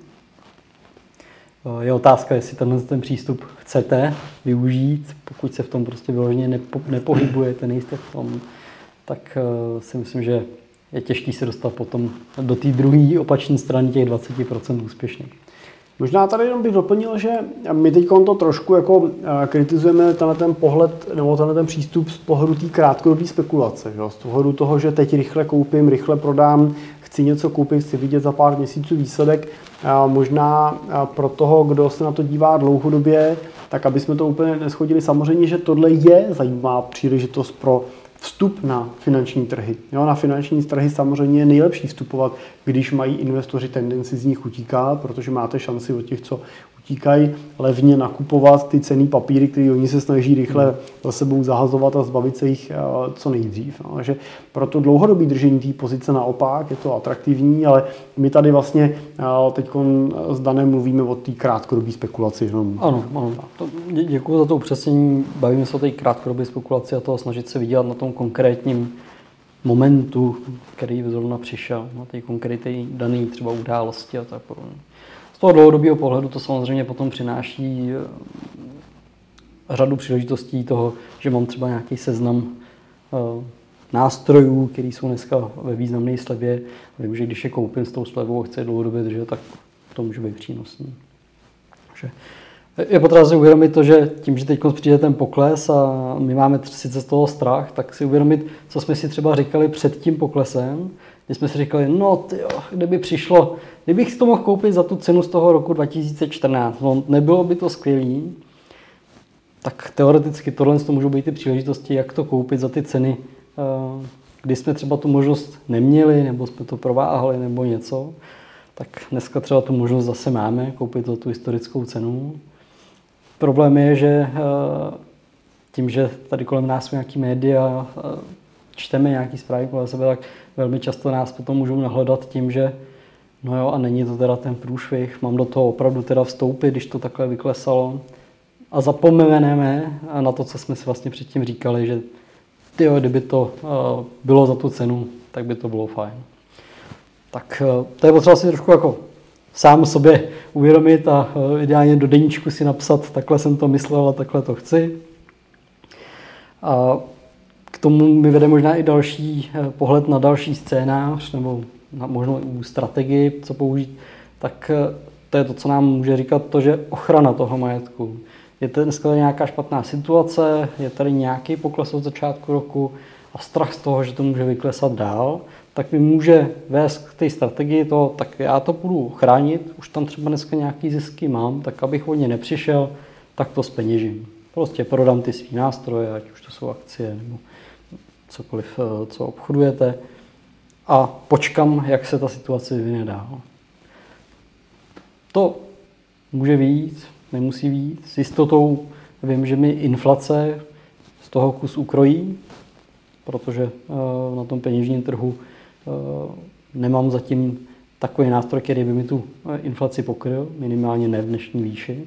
je otázka, jestli tenhle ten přístup chcete využít. Pokud se v tom prostě vyloženě nepo, nepohybujete, nejste v tom, tak uh, si myslím, že je těžký se dostat potom do té druhé opačné strany těch dvacet procent úspěšných. Možná tady jenom bych doplnil, že my teď to trošku jako kritizujeme tenhle ten pohled nebo tenhle ten přístup z pohledu té krátkodobé spekulace. Že? Z pohledu toho, že teď rychle koupím, rychle prodám, chci něco koupit, chci vidět za pár měsíců výsledek. A možná pro toho, kdo se na to dívá dlouhodobě, tak aby jsme to úplně neschodili. Samozřejmě, že tohle je zajímavá příležitost pro vstup na finanční trhy. Jo, na finanční trhy samozřejmě je nejlepší vstupovat, když mají investoři tendenci z nich utíkat, protože máte šanci od těch, co utíkají, levně nakupovat ty cenný papíry, které oni se snaží rychle za sebou zahazovat a zbavit se jich co nejdřív. No, takže pro to dlouhodobé držení té pozice naopak je to atraktivní, ale my tady vlastně teď s Danem mluvíme o té krátkodobé spekulaci. No. Ano, ano. Děkuji za to upřesnění. Bavíme se o té krátkodobé spekulaci a toho snažit se vydělat na tom konkrétním momentu, který zrovna přišel, na té konkrétní dané třeba události a tak podobně. Z toho dlouhodobého pohledu to samozřejmě potom přináší řadu příležitostí toho, že mám třeba nějaký seznam nástrojů, které jsou dneska ve významné slevě. Vím, že když je koupím s tou slevou a chci dlouhodobě držet, tak to může být přínosný. Takže je potřeba si uvědomit to, že tím, že teď přijde ten pokles a my máme sice z toho strach, tak si uvědomit, co jsme si třeba říkali před tím poklesem, kdy jsme si říkali, no tyjo, kdyby přišlo, kdybych si to mohl koupit za tu cenu z toho roku dva tisíce čtrnáct, no nebylo by to skvělý, tak teoreticky tohle to můžou být ty příležitosti, jak to koupit za ty ceny, kdy jsme třeba tu možnost neměli, nebo jsme to prováhali, nebo něco, tak dneska třeba tu možnost zase máme, koupit za tu historickou cenu. Problém je, že tím, že tady kolem nás jsou nějaký média, čteme nějaký zprávy kolem sebe, tak velmi často nás potom můžou nahledat tím, že no jo, a není to teda ten průšvih, mám do toho opravdu teda vstoupit, když to takhle vyklesalo. A zapomeneme na to, co jsme si vlastně předtím říkali, že tyjo, kdyby to bylo za tu cenu, tak by to bylo fajn. Tak to je potřeba si trošku jako sám sobě uvědomit a ideálně do deníčku si napsat, takhle jsem to myslel a takhle to chci. A k tomu mi vede možná i další pohled na další scénář, nebo na možnou i strategii, co použít. Tak to je to, co nám může říkat to, že ochrana toho majetku. Je to dneska nějaká špatná situace, je tady nějaký pokles od začátku roku a strach z toho, že to může vyklesat dál, tak mi může vést k té strategii toho, tak já to budu chránit, už tam třeba dneska nějaký zisky mám, tak abych od ně nepřišel, tak to zpeněžím. Prostě prodám ty svý nástroje, ať už to jsou akcie nebo cokoliv, co obchodujete a počkám, jak se ta situace vyvine dál. To může vyjít, nemusí vyjít. S jistotou vím, že mi inflace z toho kus ukrojí, protože na tom peněžním trhu nemám zatím takový nástroj, který by mi tu inflaci pokryl, minimálně ne v dnešní výši.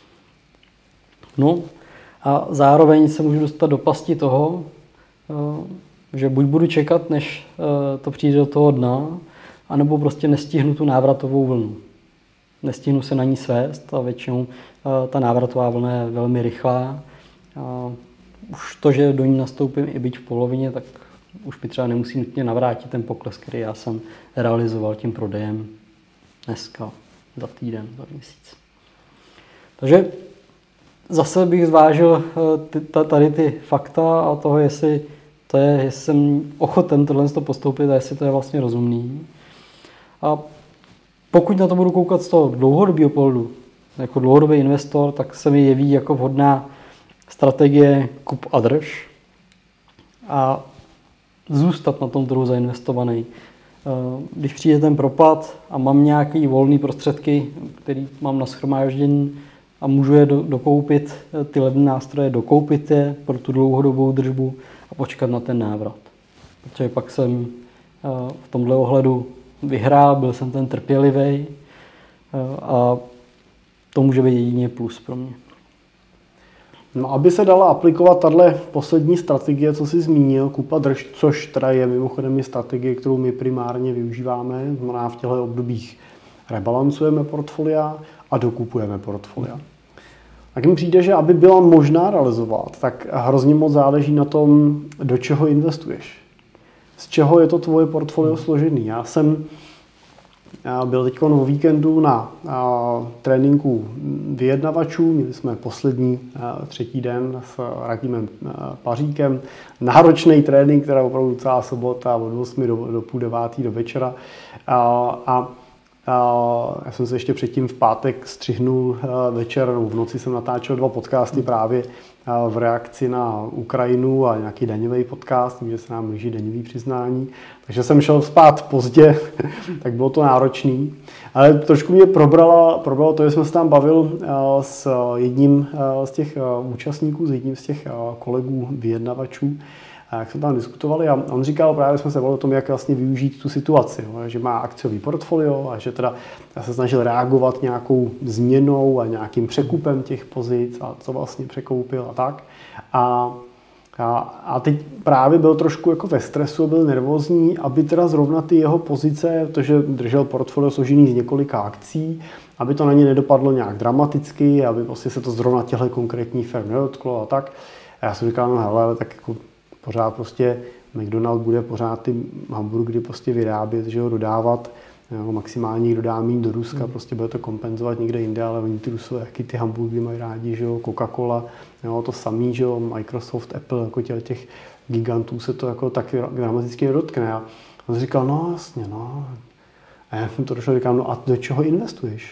No a zároveň se můžu dostat do pasti toho, že buď budu čekat, než to přijde do toho dna, anebo prostě nestihnu tu návratovou vlnu. Nestihnu se na ní svést a většinou ta návratová vlna je velmi rychlá. A už to, že do ní nastoupím i byť v polovině, tak už mi třeba nemusí nutně navrátit ten pokles, který já jsem realizoval tím prodejem dneska, za týden, za měsíc. Takže zase bych zvážil ty, tady ty fakta a toho, jestli, to je, jestli jsem ochoten tohle postoupit a jestli to je vlastně rozumný. A pokud na to budu koukat z toho dlouhodobého pohledu, jako dlouhodobý investor, tak se mi jeví jako vhodná strategie kup a drž a zůstat na tom trhu zainvestovaný. Když přijde ten propad a mám nějaký volný prostředky, který mám na shromáždění a můžu je do, dokoupit, ty levné nástroje, dokoupit je pro tu dlouhodobou držbu a počkat na ten návrat. Protože pak jsem v tomhle ohledu vyhrál, byl jsem ten trpělivý a to může být jedině plus pro mě. No, aby se dala aplikovat tahle poslední strategie, co jsi zmínil, kupa drž, což teda je mimochodem i strategie, kterou my primárně využíváme, znamená v těchto obdobích rebalancujeme portfolia a dokupujeme portfolia. Tak mi přijde, že aby byla možná realizovat, tak hrozně moc záleží na tom, do čeho investuješ. Z čeho je to tvoje portfolio složený. Já jsem byl teď o víkendu na a, tréninku vyjednavačů. Měli jsme poslední a, třetí den s Radimem Paříkem. Náročný trénink, teda opravdu celá sobota od osmi do, do půl devátý do večera. A, a, a já jsem se ještě předtím v pátek střihnul večer, no v noci jsem natáčel dva podcasty právě v reakci na Ukrajinu a nějaký daňový podcast, že se nám blíží daňový přiznání. Takže jsem šel spát pozdě, tak bylo to náročný. Ale trošku mě probrala, probralo to, že jsem se tam bavil s jedním z těch účastníků, s jedním z těch kolegů vyjednavačů, jak jsme tam diskutovali a on říkal, právě jsme se bavili o tom, jak vlastně využít tu situaci, že má akciový portfolio a že teda se snažil reagovat nějakou změnou a nějakým překupem těch pozic a co vlastně překoupil a tak. A, a, a teď právě byl trošku jako ve stresu, byl nervózní, aby teda zrovna ty jeho pozice, protože držel portfolio složený z několika akcí, aby to na ně nedopadlo nějak dramaticky, aby vlastně se to zrovna těchto konkrétních firm nedotklo a tak. A já jsem říkal, no hele, ale tak jako pořád prostě McDonald bude pořád ty hamburgery prostě vyrábět, že ho dodávat, jo, maximálně dodá míň do Ruska, mm. prostě bude to kompenzovat někde jinde, ale oni ty Rusové, jaký ty hamburgery mají rádi, že jo, Coca-Cola, jo, to samý, že jo, Microsoft, Apple, jako těch, těch gigantů se to jako taky dramaticky nedotkne. A on říkal, no jasně, no. A já jsem to došel, říkám, no a do čeho investuješ?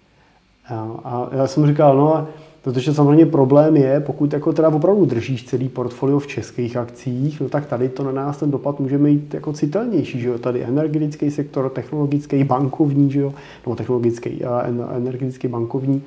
A já jsem říkal, no, protože samozřejmě problém je, pokud jako teda opravdu držíš celý portfolio v českých akcích, no tak tady to na nás ten dopad může mít jako citelnější, že jo, tady energetický sektor, technologický, bankovní, že jo, nebo technologický, energetický, bankovní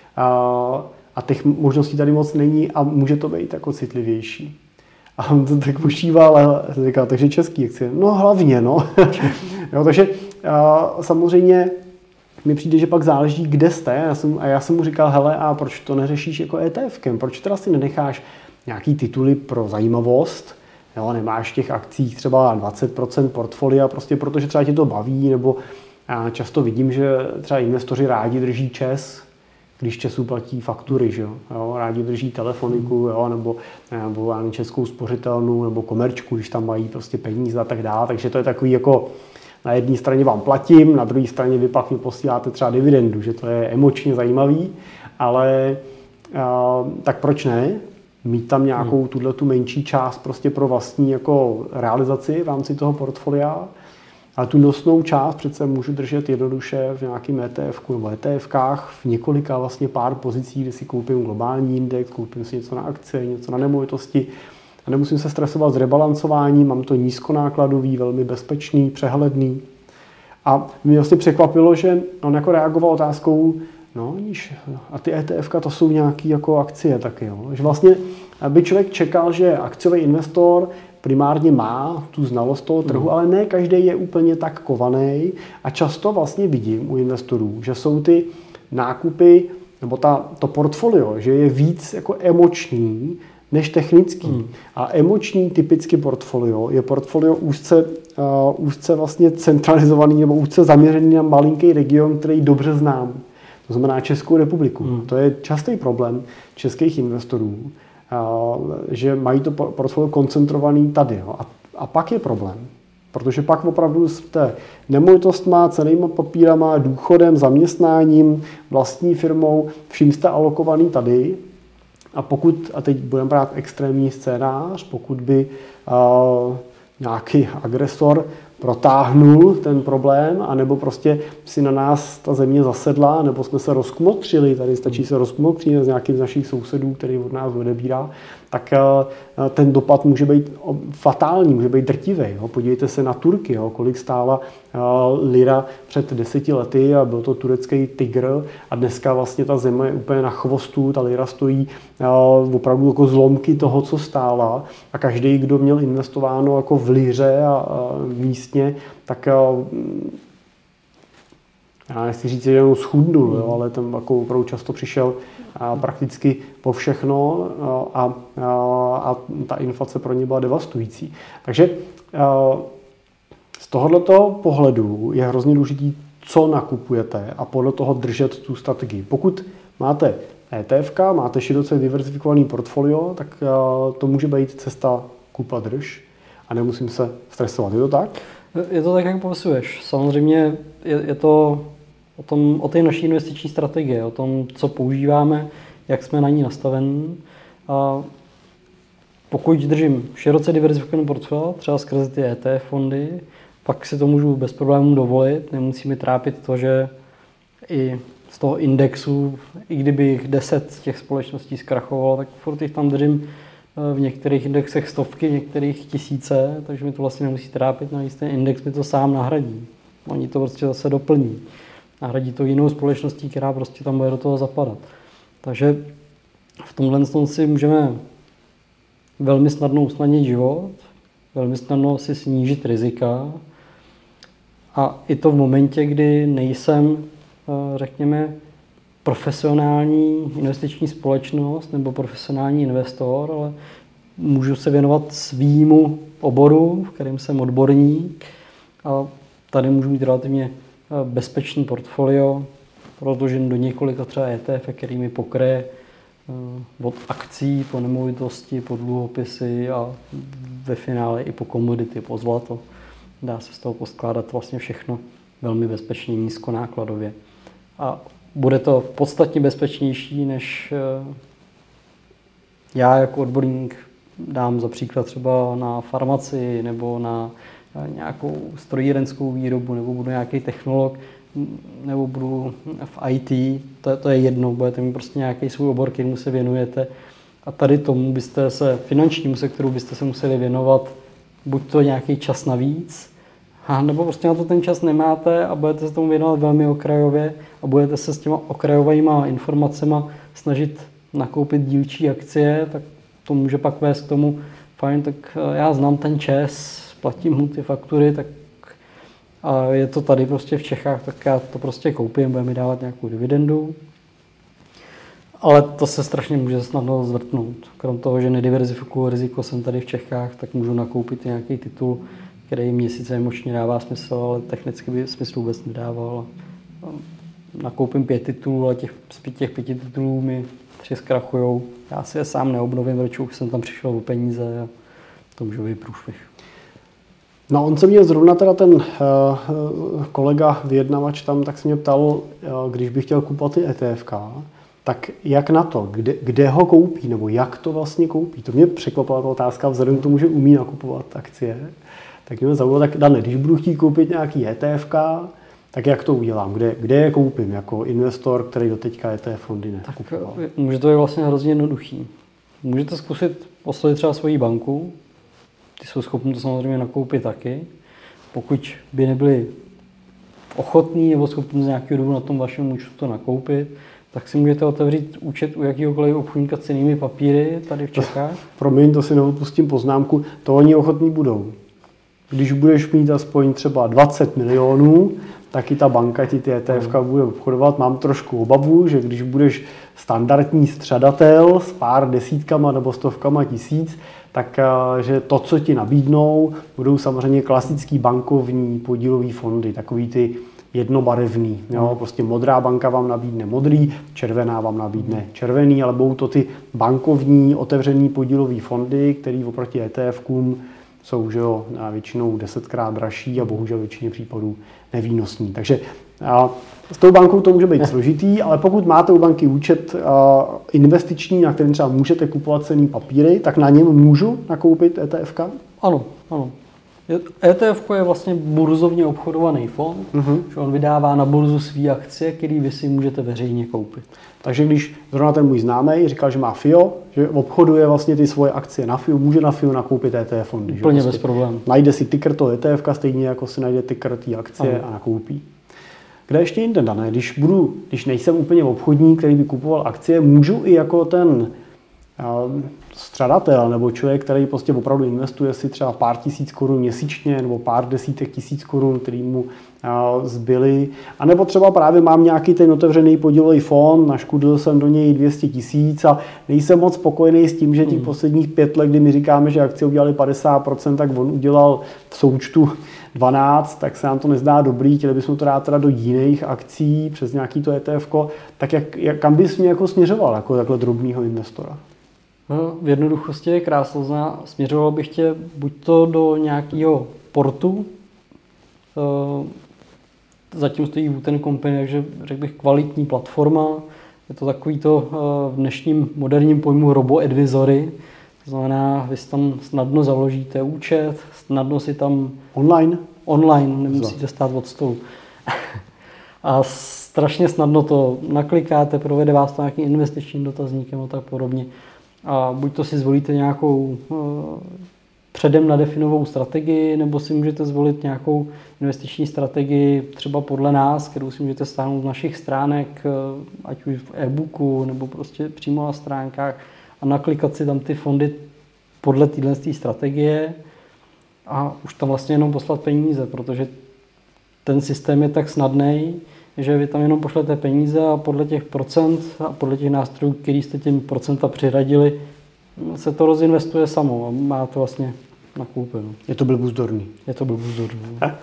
a, a těch možností tady moc není a může to být jako citlivější. A on to tak pošíval a říkal, takže český akcie, no hlavně, no. Jo, takže a, samozřejmě mi přijde, že pak záleží, kde jste. Já jsem, a já jsem mu říkal, hele, a proč to neřešíš jako ETFkem? Proč teda si nenecháš nějaký tituly pro zajímavost? Jo, nemáš v těch akcích třeba dvacet procent portfolia, prostě protože třeba tě to baví, nebo já často vidím, že třeba investoři rádi drží ČES, když ČESu platí faktury, že jo? Rádi drží telefoniku, jo? nebo, nebo českou spořitelnu, nebo komerčku, když tam mají prostě peníze a tak dále. Takže to je takový jako na jedné straně vám platím, na druhé straně vy pak mi posíláte třeba dividendu, že to je emočně zajímavý, ale uh, tak proč ne? Mít tam nějakou hmm. tuhletu menší část prostě pro vlastní jako realizaci v rámci toho portfolia, ale tu nosnou část přece můžu držet jednoduše v nějakém ETFku nebo ETFkách v několika vlastně pár pozicí, kde si koupím globální index, koupím si něco na akcie, něco na nemovitosti, a nemusím se stresovat s rebalancováním, mám to nízkonákladový, velmi bezpečný, přehledný. A mě vlastně překvapilo, že on jako reagoval otázkou, no níž, a ty ETFka to jsou nějaké jako akcie taky. Jo. Že vlastně by člověk čekal, že akciový investor primárně má tu znalost toho trhu, mm. ale ne každý je úplně tak kovaný. A často vlastně vidím u investorů, že jsou ty nákupy, nebo ta, to portfolio, že je víc jako emoční, než technický. Hmm. A emoční typicky portfolio je portfolio úzce, uh, úzce vlastně centralizovaný nebo úzce zaměřený na malinký region, který dobře znám. To znamená Českou republiku. Hmm. To je častý problém českých investorů, uh, že mají to portfolio koncentrovaný tady. Jo. A, a pak je problém. Protože pak opravdu jste nemovitostma, cennýma papírama, důchodem, zaměstnáním, vlastní firmou, vším jste alokovaný tady. A pokud, a teď budeme brát extrémní scénář, pokud by uh, nějaký agresor protáhnul ten problém, anebo prostě si na nás ta země zasedla, nebo jsme se rozkmotřili, tady stačí se rozkmotřit s nějakým z našich sousedů, který od nás odebírá, tak ten dopad může být fatální, může být drtivý. Jo. Podívejte se na Turky, jo, kolik stála lira před deseti lety a byl to turecký tygr a dneska vlastně ta země je úplně na chvostu, ta lira stojí opravdu jako zlomky toho, co stála a každý, kdo měl investováno jako v liře a, a místně, tak já nechci říct, že jenom schudnul, jo, ale tam jako opravdu často přišel a prakticky po všechno a, a, a ta inflace pro ně byla devastující. Takže z tohoto pohledu je hrozně důležitý, co nakupujete a podle toho držet tu strategii. Pokud máte E T F ka, máte široce diverzifikovaný portfolio, tak to může být cesta kup a drž a nemusím se stresovat. Je to tak? Je to tak, jak popisuješ. Samozřejmě je, je to o, tom, o té naší investiční strategii, o tom, co používáme, jak jsme na ní nastavení. A pokud držím široce diverzifikovaný portfolio, třeba skrze ty E T F fondy, pak si to můžu bez problémů dovolit. Nemusí mi trápit to, že i z toho indexu, i kdyby jich deset z těch společností zkrachovalo, tak furt jich tam držím v některých indexech stovky, v některých tisíce, takže mi to vlastně nemusí trápit, navíc ten index mi to sám nahradí. Oni to prostě zase doplní. Nahradí to jinou společností, která prostě tam bude do toho zapadat. Takže v tomhle si můžeme velmi snadno usnadnit život, velmi snadno si snížit rizika a i to v momentě, kdy nejsem, řekněme, profesionální investiční společnost nebo profesionální investor, ale můžu se věnovat svýmu oboru, v kterém jsem odborník a tady můžu mít relativně bezpečný portfolio, protože do několika třeba E T F, který mi pokryje od akcí po nemovitosti, po dluhopisy a ve finále i po komodity, po zlato. Dá se z toho poskládat vlastně všechno velmi bezpečně, nízkonákladově. A bude to podstatně bezpečnější, než já jako odborník dám za příklad třeba na farmacii nebo na nějakou strojírenskou výrobu, nebo budu nějaký technolog, nebo budu v I T, to je, to je jedno, budete mít prostě nějaký svůj obor, kterému se věnujete. A tady tomu byste se, finančnímu sektoru byste se museli věnovat buď to nějaký čas navíc, a nebo prostě na to ten čas nemáte a budete se tomu věnovat velmi okrajově a budete se s těma okrajovými informacemi snažit nakoupit dílčí akcie, tak to může pak vést k tomu, fajn, tak já znám ten ČEZ, platím mu ty faktury, tak a je to tady prostě v Čechách, tak já to prostě koupím, bude mi dávat nějakou dividendu. Ale to se strašně může snadno zvrtnout. Krom toho, že nediverzifikuju riziko, jsem tady v Čechách, tak můžu nakoupit nějaký titul, který mě sice emočně dává smysl, ale technicky by smysl vůbec nedával. Nakoupím pět titulů, ale těch, z těch pěti titulů mi tři zkrachujou. Já si je sám neobnovím, protože už jsem tam přišel o peníze a to může být průšvih. No, on se mě zrovna teda ten uh, kolega vyjednavač tam, tak se mě ptal, uh, když bych chtěl kupovat ty E T F ka, tak jak na to, kde, kde ho koupí, nebo jak to vlastně koupí. To mě překvapila ta otázka, vzhledem k tomu, že umí nakupovat akcie. Tak mě zaujalo, tak Dane, když budu chtít koupit nějaký E T F ka, tak jak to udělám? Kde, kde je koupím jako investor, který doteďka E T F fondy nekupoval? Tak může to být vlastně hrozně jednoduchý. Můžete zkusit oslovit třeba svoji banku, ty jsou schopni to samozřejmě nakoupit taky. Pokud by nebyli ochotní nebo schopni z nějakého důvodu na tom vašem účtu to nakoupit, tak si můžete otevřít účet u jakýhokoliv obchodníka s cennými papíry tady v Čechách. Promiň, to si neodpustím poznámku, to oni ochotní budou. Když budeš mít aspoň třeba dvacet milionů, tak i ta banka ti ty E T F ka bude obchodovat. Mám trošku obavu, že když budeš standardní střadatel s pár desítkama nebo stovkama tisíc, tak že to, co ti nabídnou, budou samozřejmě klasický bankovní podílový fondy, takový ty jednobarevný. Jo? Prostě modrá banka vám nabídne modrý, červená vám nabídne červený, ale budou to ty bankovní otevřený podílový fondy, které oproti E T F kům jsou že jo, většinou desetkrát dražší a bohužel většině případů nevýnosní. Takže a, s tou bankou to může být složitý, ale pokud máte u banky účet a, investiční, na kterém třeba můžete kupovat cenný papíry, tak na něm můžu nakoupit E T F ka? Ano, ano. E T F je vlastně burzovně obchodovaný fond, uh-huh. že on vydává na burzu své akcie, které vy si můžete veřejně koupit. Takže když zrovna ten můj známý říkal, že má F I O, že obchoduje vlastně ty svoje akcie na F I O, může na F I O nakoupit E T F fondy. Úplně že? Bez problémů. Najde si ticker toho E T F, stejně jako si najde ticker té akcie ano. a nakoupí. Kde ještě jinde, Dané? Když, budu, když nejsem úplně obchodník, který by kupoval akcie, můžu i jako ten střadatel nebo člověk, který prostě opravdu investuje si třeba pár tisíc korun měsíčně nebo pár desítek tisíc korun, který mu zbyly. A nebo třeba právě mám nějaký ten otevřený podílový fond, naškudil jsem do něj dvě stě tisíc a nejsem moc spokojený s tím, že těch hmm. posledních pět let, kdy mi říkáme, že akcie udělali padesát procent, tak on udělal v součtu dvanáct, tak se nám to nezdá dobrý, chtěli bychom to dát teda do jiných akcí přes nějaký to E T F ko, tak jak, jak, kam bys mě jako směřoval jako takhle drobného investora? No, v jednoduchosti je krásná. Směřoval bych tě buď to do nějakého portu, zatím stojí Wooten Company, takže řekl bych kvalitní platforma. Je to takový to v dnešním moderním pojmu robo-advisory. To znamená, vy si tam snadno založíte účet, snadno si tam... Online? Online, nemusíte stát od stolu. A strašně snadno to naklikáte, provede vás to nějakým investičním dotazníkem a tak podobně. A buď to si zvolíte nějakou uh, předem nadefinovanou strategii, nebo si můžete zvolit nějakou investiční strategii třeba podle nás, kterou si můžete stáhnout z našich stránek, uh, ať už v e-booku, nebo prostě přímo na stránkách a naklikat si tam ty fondy podle téhle strategie a už tam vlastně jenom poslat peníze, protože ten systém je tak snadný, že vy tam jenom pošlete peníze a podle těch procent a podle těch nástrojů, který jste tím procenta přiradili, se to rozinvestuje samo a má to vlastně nakoupeno. Je to blbuzdorný. Je to blbuzdorný.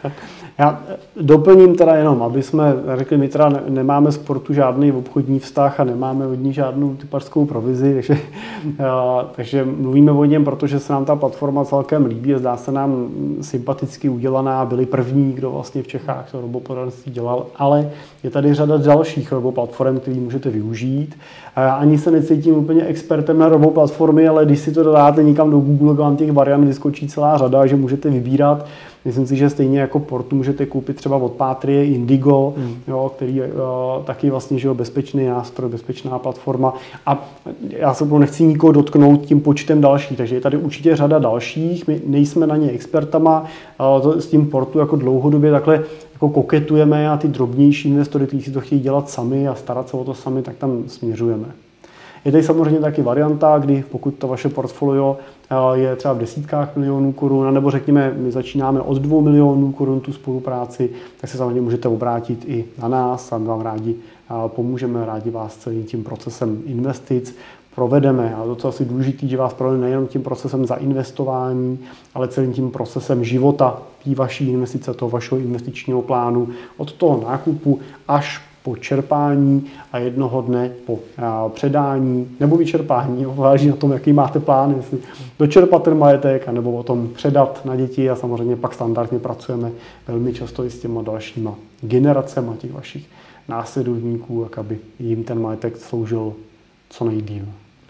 Já doplním teda jenom, aby jsme řekli, my teda nemáme sportu žádný obchodní vztah a nemáme od ní žádnou typařskou provizi, takže, takže mluvíme o něm, protože se nám ta platforma celkem líbí a zdá se nám sympaticky udělaná. Byli první, kdo vlastně v Čechách to roboporadenství dělal, ale je tady řada dalších roboplatform, které můžete využít. A já ani se necítím úplně expertem na roboplatformy, ale když si to dodáte někam do Google, vám těch variant vyskočí celá řada, že můžete vybírat. Myslím si, že stejně jako portu můžete koupit třeba od Patrie Indigo, mm. jo, který je uh, taky vlastně že jo, bezpečný nástroj, bezpečná platforma. A já se nechci nikoho dotknout tím počtem dalších, takže je tady určitě řada dalších. My nejsme na ně expertama, uh, to, s tím portu jako dlouhodobě takhle jako koketujeme a ty drobnější investory, kteří si to chtějí dělat sami a starat se o to sami, tak tam směřujeme. Je tady samozřejmě taky varianta, kdy pokud to vaše portfolio je třeba v desítkách milionů korun, nebo řekněme, my začínáme od dvou milionů korun tu spolupráci, tak se samozřejmě můžete obrátit i na nás a my vám rádi pomůžeme, rádi vás celým tím procesem investic provedeme. A to, co asi důležité, že vás provedeme nejenom tím procesem zainvestování, ale celým tím procesem života té vaší investice, toho vašeho investičního plánu, od toho nákupu až po čerpání a jednoho dne po předání nebo vyčerpání, záleží na tom, jaký máte plán, jestli dočerpat ten majetek, nebo o tom předat na děti a samozřejmě pak standardně pracujeme velmi často i s těma dalšíma generacemi těch vašich následovníků, tak aby jim ten majetek sloužil co nejdýl.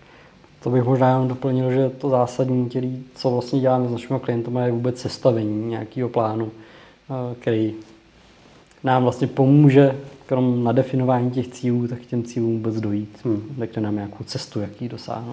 To bych možná jenom doplnil, že to zásadní, který, co vlastně děláme s našimi klienty, je vůbec sestavení nějakého plánu, který nám vlastně pomůže krom nadefinování těch cílů, tak k těm cílům vůbec dojít. Hmm. Řekne nám nějakou cestu, jak ji dosáhnout.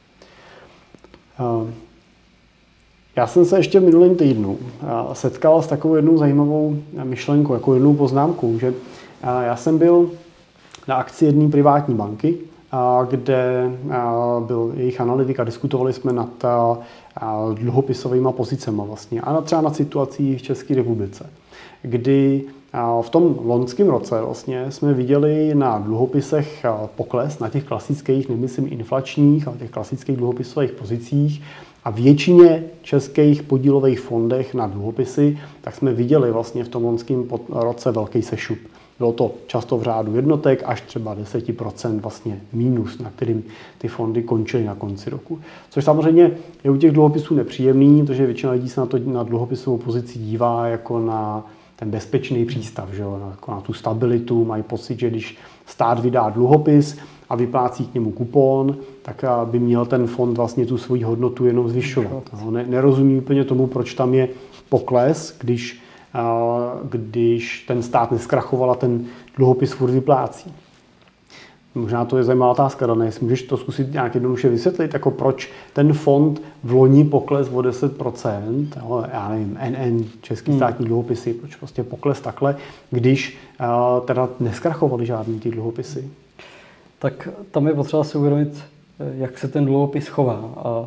Já jsem se ještě v minulém týdnu setkal s takovou jednou zajímavou myšlenkou, jako jednou poznámkou, že já jsem byl na akci jedné privátní banky, kde byl jejich analytik a diskutovali jsme nad dluhopisovými pozicemi vlastně a třeba nad situací v České republice, kdy v tom loňském roce vlastně jsme viděli na dluhopisech pokles, na těch klasických, nemyslím inflačních, ale těch klasických dluhopisových pozicích a většině českých podílových fondech na dluhopisy, tak jsme viděli vlastně v tom loňském roce velký sešup. Bylo to často v řádu jednotek až třeba deset procent vlastně mínus, na kterým ty fondy končily na konci roku. Což samozřejmě je u těch dluhopisů nepříjemný, protože většina lidí se na, to, na dluhopisovou pozici dívá jako na ten bezpečný přístav, že jo? Jako na tu stabilitu, mají pocit, že když stát vydá dluhopis a vyplácí k němu kupon, tak by měl ten fond vlastně tu svoji hodnotu jenom zvyšovat. No, ne, nerozumí úplně tomu, proč tam je pokles, když, když ten stát neskrachoval a ten dluhopis furt vyplácí. Možná to je zajímavá otázka, Dané, jestli můžeš to zkusit nějak jednoduše vysvětlit, jako proč ten fond v loni pokles o deset procent, jo, já nevím, N N, český státní dluhopisy, proč prostě pokles takhle, když uh, teda neskrachovaly žádný ty dluhopisy? Tak tam je potřeba si uvědomit, jak se ten dluhopis chová. A, a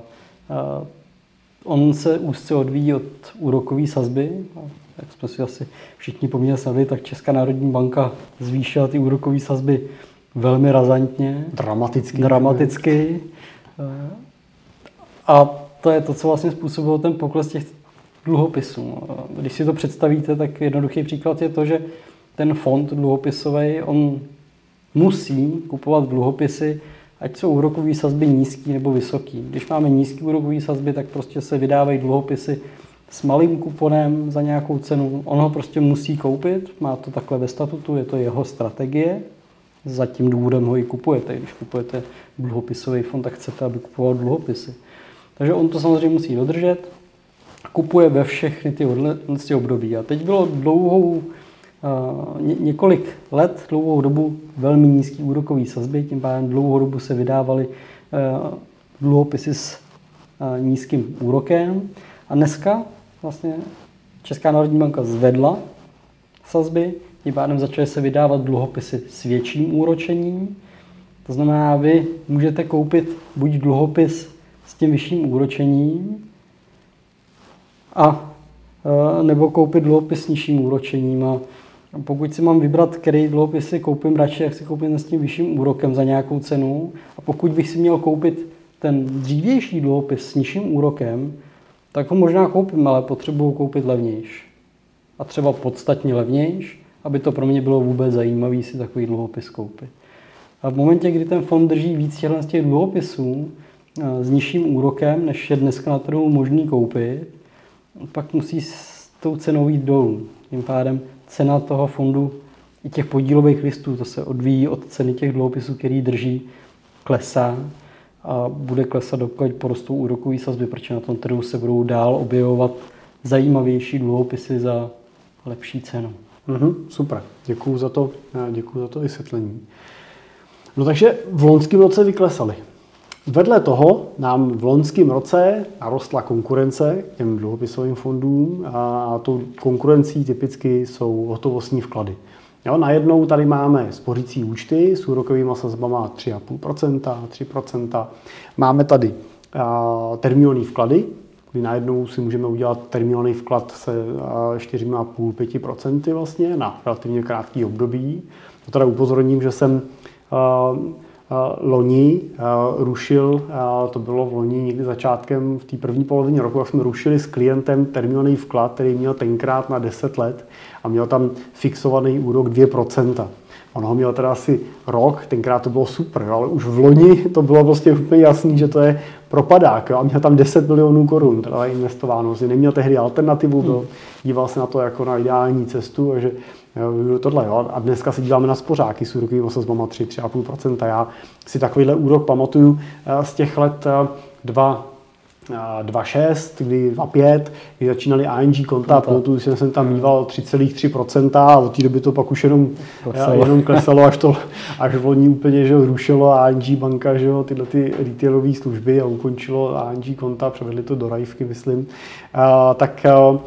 on se úzce odvíjí od úrokové sazby. A jak jsme si asi všichni poměrně sadli, tak Česká národní banka zvýšila ty úrokové sazby velmi razantně. Dramaticky. Dramaticky. A to je to, co vlastně způsobilo ten pokles těch dluhopisů. Když si to představíte, tak jednoduchý příklad je to, že ten fond dluhopisový, on musí kupovat dluhopisy, ať jsou úrokové sazby nízký nebo vysoký. Když máme nízké úrokové sazby, tak prostě se vydávají dluhopisy s malým kuponem za nějakou cenu. On ho prostě musí koupit, má to takhle ve statutu, je to jeho strategie. Za tím důvodem ho i kupujete. Když kupujete dluhopisový fond, tak chcete, aby kupoval dluhopisy. Takže on to samozřejmě musí dodržet. Kupuje ve všechny ty, ty období. A teď bylo dlouhou, ně, několik let, dlouhou dobu velmi nízký úrokový sazby, tím pádem dlouhou dobu se vydávaly dluhopisy s nízkým úrokem. A dneska vlastně Česká národní banka zvedla sazby, tím pádem začaly se vydávat dluhopisy s větším úročením. To znamená, vy můžete koupit buď dluhopis s tím vyšším úročením, a nebo koupit dluhopis s nižším úročením. A pokud si mám vybrat, který dluhopis si koupím radši, jak si koupím s tím vyšším úrokem za nějakou cenu. A pokud bych si měl koupit ten dřívější dluhopis s nižším úrokem, tak ho možná koupím, ale potřebuji koupit levnější. A třeba podstatně levnější, aby to pro mě bylo vůbec zajímavé si takový dluhopis koupit. A v momentě, kdy ten fond drží víc z těch dluhopisů s nižším úrokem, než je dneska na trhu možný koupit, pak musí s tou cenou jít dolů. Tím pádem cena toho fondu i těch podílových listů, to se odvíjí od ceny těch dluhopisů, který drží, klesá a bude klesat, dokud porostou úrokové sazby, protože na tom trhu se budou dál objevovat zajímavější dluhopisy za lepší cenu. Mm-hmm, super, děkuju za to, děkuju za to vysvětlení. No takže v loňském roce vyklesaly. Vedle toho nám v loňském roce narostla konkurence k těm dluhopisovým fondům a tou konkurencí typicky jsou hotovostní vklady. Jo, najednou tady máme spořící účty s úrokovými sazbama tři celá pět procenta, tři procenta. Máme tady a, termínové vklady, kdy najednou si můžeme udělat termínovaný vklad se čtyři celá pět až pět procenta vlastně na relativně krátký období. To teda upozorním, že jsem a, loni rušil, to bylo v loni někdy začátkem v té první polovině roku, jak jsme rušili s klientem termínovaný vklad, který měl tenkrát na deset let a měl tam fixovaný úrok dvě procenta. On ho měl teda asi rok, tenkrát to bylo super, ale už v loni to bylo prostě úplně jasný, že to je propadák, jo? A měl tam deset milionů korun teda investováno, si neměl tehdy alternativu, byl, díval se na to jako na ideální cestu, takže jo, tohle, jo. A dneska se díváme na spořáky s úrokovými sazbama tři, tři celá pět procenta. Já si takovýhle úrok pamatuju z těch let dva celá šest, kdy dva celá pět, kdy začínaly I N G konta, pamatuju si, že jsem tam mýval tři celá tři procenta a od té doby to pak už jenom klesalo, jenom klesalo až, to, až v loni úplně, že rušilo I N G banka, že jo, tyhle ty retailové služby a ukončilo I N G konta, převedli to do Rajivky, myslím. A, tak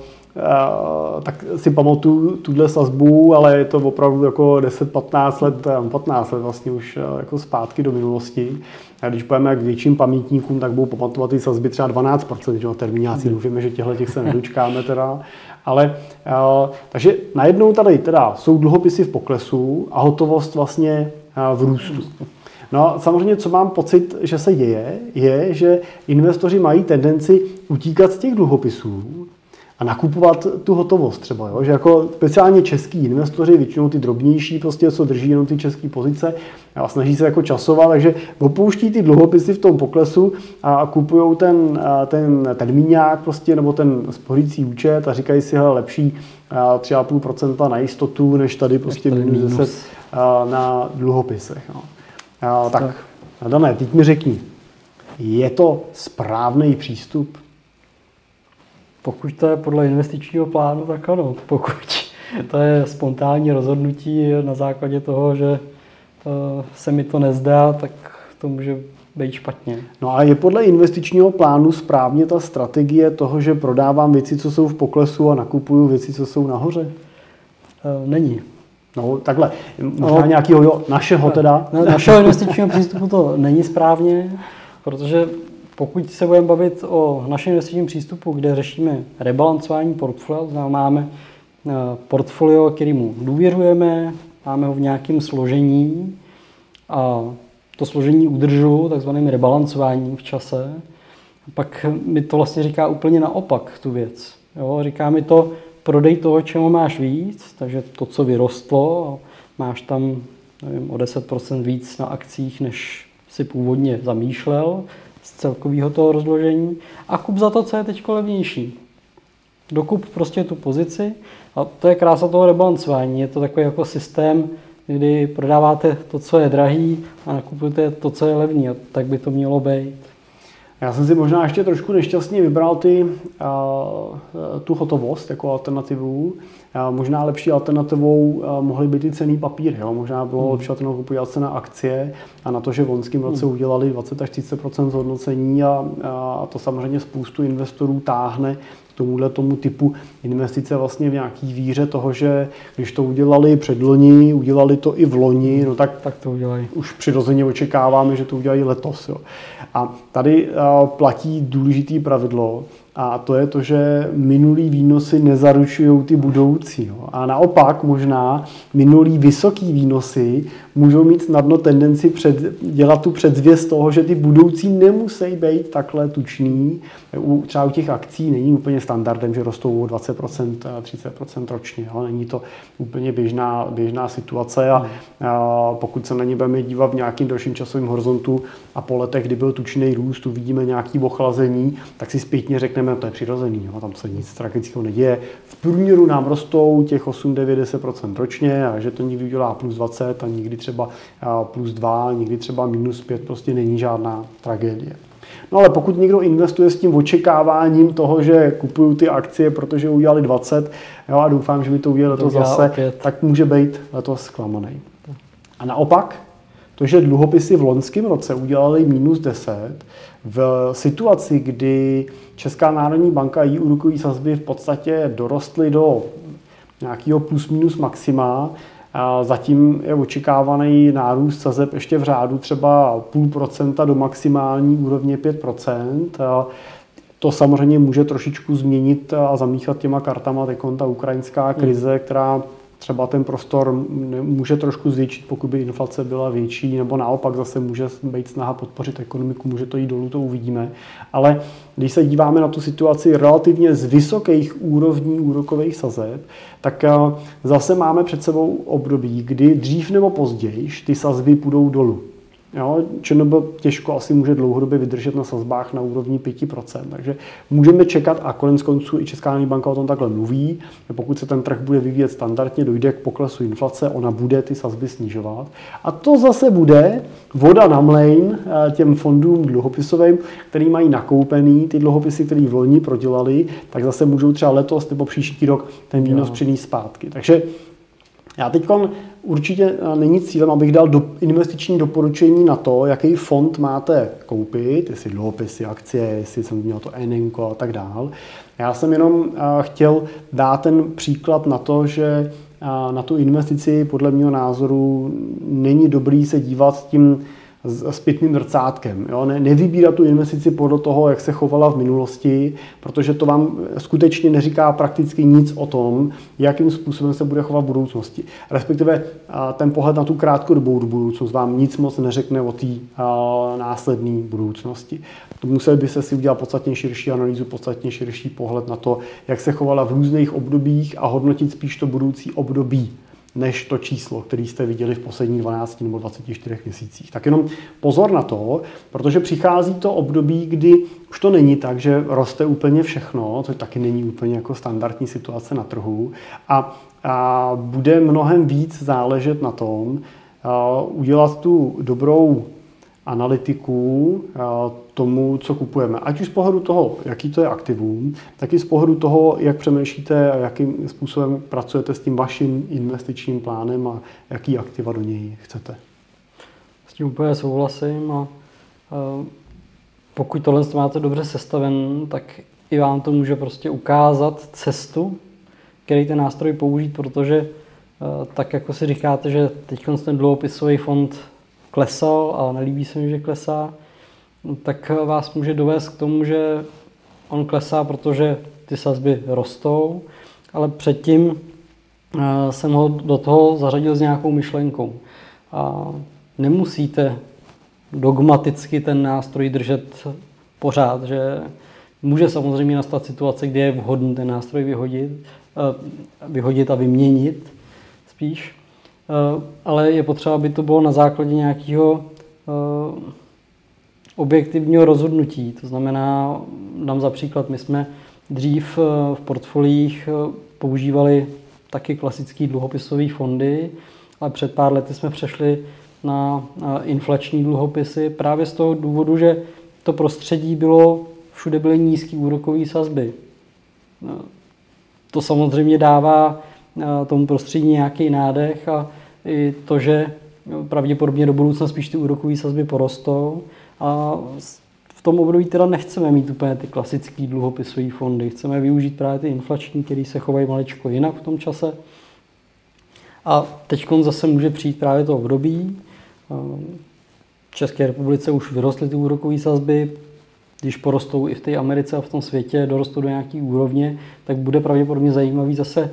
Uh, tak si pamatuju tuhle sazbu, ale je to opravdu jako deset patnáct let, patnáct let vlastně už uh, jako zpátky do minulosti. A když půjdeme k větším pamětníkům, tak budou pamatovat ty sazby třeba dvanáct procent, že termíňáci, doufíme, že těchto těch se nedočkáme teda. Ale, uh, takže najednou tady teda jsou dluhopisy v poklesu a hotovost vlastně uh, v růstu. No a samozřejmě, co mám pocit, že se děje, je, že investoři mají tendenci utíkat z těch dluhopisů a nakupovat tu hotovost třeba, jo? Že jako speciálně český investoři, většinou ty drobnější, prostě, co drží jenom ty české pozice a snaží se jako časovat, takže opouští ty dluhopisy v tom poklesu a kupují ten, ten termíňák prostě, nebo ten spořící účet a říkají si, hele, lepší tři celá pět procenta na jistotu, než tady prostě minus deset na dluhopisech. No. A, tak, Dané, teď mi řekni, je to správný přístup? Pokud to je podle investičního plánu, tak ano. Pokud to je spontánní rozhodnutí na základě toho, že se mi to nezdá, tak to může být špatně. No a je podle investičního plánu správně ta strategie toho, že prodávám věci, co jsou v poklesu a nakupuju věci, co jsou nahoře? Není. No takhle, možná no, nějakého jo, našeho teda. Na, našeho investičního přístupu to není správně, protože pokud se budeme bavit o našem investičním přístupu, kde řešíme rebalancování portfolia, znamená, máme portfolio, kterému důvěřujeme, máme ho v nějakém složení a to složení udržuju takzvaným rebalancováním v čase, pak mi to vlastně říká úplně naopak tu věc. Jo, říká mi to, prodej toho, čemu máš víc, takže to, co vyrostlo, máš tam nevím, o deset procent víc na akcích, než si původně zamýšlel z celkového toho rozložení a kup za to, co je teď levnější. Dokup prostě tu pozici a to je krása toho rebalancování. Je to takový jako systém, kdy prodáváte to, co je drahý a nakupujete to, co je levný. A tak by to mělo být. Já jsem si možná ještě trošku nešťastně vybral ty, a, tu hotovost jako alternativu. A možná lepší alternativou a, mohly být ty cenný papíry. Jo? Možná bylo hmm. lepší alternativou podívat se na akcie a na to, že v loňském roce hmm. udělali dvacet až třicet procent zhodnocení a, a to samozřejmě spoustu investorů táhne k tomuhle tomu typu investice vlastně v nějaký víře toho, že když to udělali předloni, udělali to i v loni, no tak, tak to udělají. Už přirozeně očekáváme, že to udělají letos. Jo. A tady platí důležitý pravidlo a to je to, že minulý výnosy nezaručují ty budoucí. Jo. A naopak možná minulý vysoký výnosy můžou mít snadno tendenci před, dělat tu předzvěst toho, že ty budoucí nemusí být takhle tučný. U, třeba u těch akcí není úplně standardem, že rostou o dvacet procent, třicet procent ročně. Jo. Není to úplně běžná, běžná situace a, a pokud se na ně budeme dívat v nějakým dalším časovém horizontu a po letech, kdy byl tučný růst, uvidíme nějaký ochlazení, tak si zpětně řekneme, že to je přirozený, jo. Tam se nic tragického neděje. V průměru nám rostou těch osm, devět, deset procent ročně a že to někdy udělá plus dvacet a někdy třeba plus dva, někdy třeba minus pět, prostě není žádná tragédie. No ale pokud někdo investuje s tím očekáváním toho, že kupuju ty akcie, protože udělali dvacet, jo, a doufám, že mi to udělali letos zase, opět. Tak může být letos zklamaný. A naopak, to, že dluhopisy v loňském roce udělali minus deset, v situaci, kdy Česká národní banka a její úrokové sazby v podstatě dorostly do nějakého plus minus maxima, a zatím je očekávaný nárůst sazeb ještě v řádu třeba půl procenta do maximální úrovně pět procent. To samozřejmě může trošičku změnit a zamíchat těma kartama teď ta ukrajinská krize, která třeba ten prostor může trošku zvětšit, pokud by inflace byla větší, nebo naopak zase může být snaha podpořit ekonomiku, může to jít dolů, to uvidíme. Ale když se díváme na tu situaci relativně z vysokých úrovní úrokových sazeb, tak zase máme před sebou období, kdy dřív nebo později ty sazby půjdou dolů. Jo, ČNB těžko asi může dlouhodobě vydržet na sazbách na úrovni pět procent, takže můžeme čekat a konec konců i Česká národní banka o tom takhle mluví, pokud se ten trh bude vyvíjet standardně, dojde k poklesu inflace, ona bude ty sazby snižovat a to zase bude voda na mlejn těm fondům dluhopisovým, který mají nakoupený ty dluhopisy, které v loni prodělali, tak zase můžou třeba letos nebo příští rok ten výnos přinést zpátky. Takže já teď určitě není cílem, abych dal do, investiční doporučení na to, jaký fond máte koupit, jestli dluhopisy, akcie, jestli jsem měl to Enenko a tak dál. Já jsem jenom chtěl dát ten příklad na to, že na tu investici podle mého názoru není dobrý se dívat s tím zpětným zrcátkem. Jo? Ne, nevybírat tu investici podle toho, jak se chovala v minulosti, protože to vám skutečně neříká prakticky nic o tom, jakým způsobem se bude chovat v budoucnosti. Respektive ten pohled na tu krátkodobou budoucnost vám nic moc neřekne o té následné budoucnosti. Museli byste si udělat podstatně širší analýzu, podstatně širší pohled na to, jak se chovala v různých obdobích a hodnotit spíš to budoucí období, než to číslo, které jste viděli v posledních dvanácti nebo dvaceti čtyřech měsících. Tak jenom pozor na to, protože přichází to období, kdy už to není tak, že roste úplně všechno, to taky není úplně jako standardní situace na trhu a, a bude mnohem víc záležet na tom, udělat tu dobrou analytiku tomu, co kupujeme. Ať už z pohledu toho, jaký to je aktivum, tak i z pohledu toho, jak přemýšlíte a jakým způsobem pracujete s tím vaším investičním plánem a jaký aktiva do něj chcete. S tím úplně souhlasím a pokud tohle máte dobře sestaven, tak i vám to může prostě ukázat cestu, který ten nástroj použít, protože tak jako si říkáte, že teď ten dluhopisový fond klesal a nelíbí se mi, že klesá, tak vás může dovést k tomu, že on klesá, protože ty sazby rostou, ale předtím jsem ho do toho zařadil s nějakou myšlenkou. A nemusíte dogmaticky ten nástroj držet pořád, že může samozřejmě nastat situace, kdy je vhodný ten nástroj vyhodit, vyhodit a vyměnit spíš, ale je potřeba, aby to bylo na základě nějakého objektivního rozhodnutí. To znamená, dám za příklad, my jsme dřív v portfoliích používali taky klasické dluhopisové fondy, ale před pár lety jsme přešli na inflační dluhopisy právě z toho důvodu, že to prostředí bylo, všude byly nízké úrokové sazby. To samozřejmě dává tomu prostředí nějaký nádech a i to, že pravděpodobně do budoucna spíš ty úrokové sazby porostou a v tom období teda nechceme mít úplně ty klasické dluhopisové fondy. Chceme využít právě ty inflační, které se chovají maličko jinak v tom čase. A teď zase může přijít právě to období. V České republice už vyrostly ty úrokové sazby, když porostou i v té Americe a v tom světě, dorostou do nějaké úrovně, tak bude pravděpodobně zajímavý zase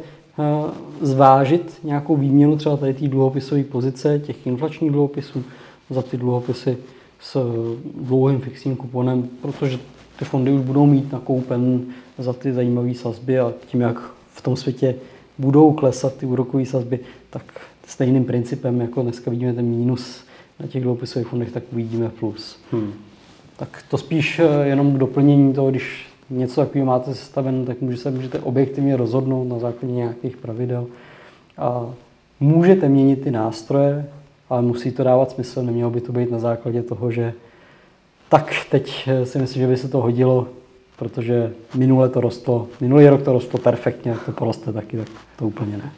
zvážit nějakou výměnu třeba tady té dluhopisové pozice, těch inflačních dluhopisů za ty dluhopisy s dlouhým fixním kuponem, protože ty fondy už budou mít nakoupen za ty zajímavé sazby a tím, jak v tom světě budou klesat ty úrokové sazby, tak stejným principem, jako dneska vidíme ten mínus na těch dluhopisových fondech, tak uvidíme plus. Hmm. Tak to spíš jenom k doplnění toho, když něco takového máte sestaven, tak může se můžete objektivně rozhodnout na základě nějakých pravidel. A můžete měnit ty nástroje, ale musí to dávat smysl, nemělo by to být na základě toho, že tak teď si myslím, že by se to hodilo, protože minule to rostlo, minulý rok to rostlo perfektně, to poroste taky, tak to úplně ne.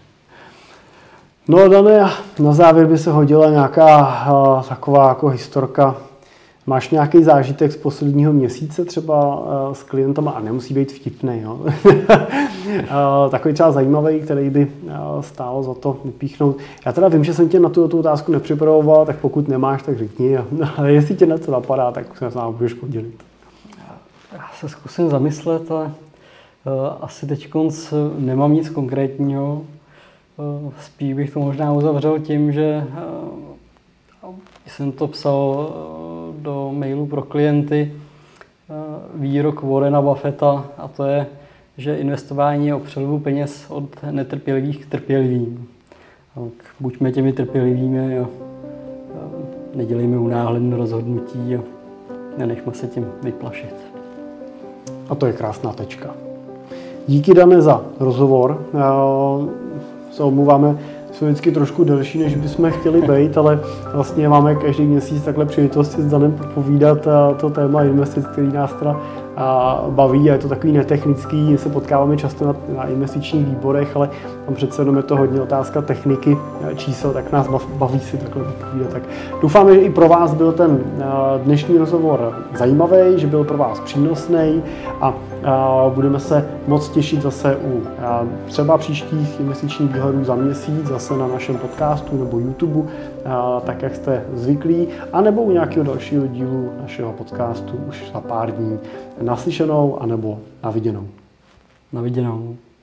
No Dane, na závěr by se hodila nějaká uh, taková jako historka. Máš nějaký zážitek z posledního měsíce třeba uh, s klientama a nemusí být vtipný, jo? uh, takový třeba zajímavý, který by uh, stálo za to vypíchnout. Já teda vím, že jsem tě na tu, tu otázku nepřipravoval, tak pokud nemáš, tak řekni. Ale jestli tě něco napadá, tak se s námi můžeš podělit. Já se zkusím zamyslet, ale uh, asi teď nemám nic konkrétního. Uh, spíš bych to možná uzavřel tím, že uh, jsem to psal uh, do mailu pro klienty uh, výrok Warrena Buffetta, a to je, že investování je o přelivu peněz od netrpělivých k trpělivým. Tak buďme těmi trpělivými a uh, nedělejme unáhlené rozhodnutí a nenechme se tím vyplašit. A to je krásná tečka. Díky, Dane, za rozhovor. Se omluváme, jsou vždycky trošku delší, než bychom chtěli být, ale vlastně máme každý měsíc takhle příležitosti s Danem povídat to téma investic, který nás teda baví a je to takový netechnický. My se potkáváme často na, na investičních výborech, ale tam přece jenom je to hodně otázka techniky, čísel, tak nás baví si takhle povídat. Tak doufáme, že i pro vás byl ten dnešní rozhovor zajímavý, že byl pro vás přínosný a budeme se moc těšit zase u třeba příštích investičních výhledů za měsíc, zase na našem podcastu nebo YouTube, tak jak jste zvyklí, anebo u nějakého dalšího dílu našeho podcastu už za pár dní. Naslyšenou anebo na viděnou. Na viděnou.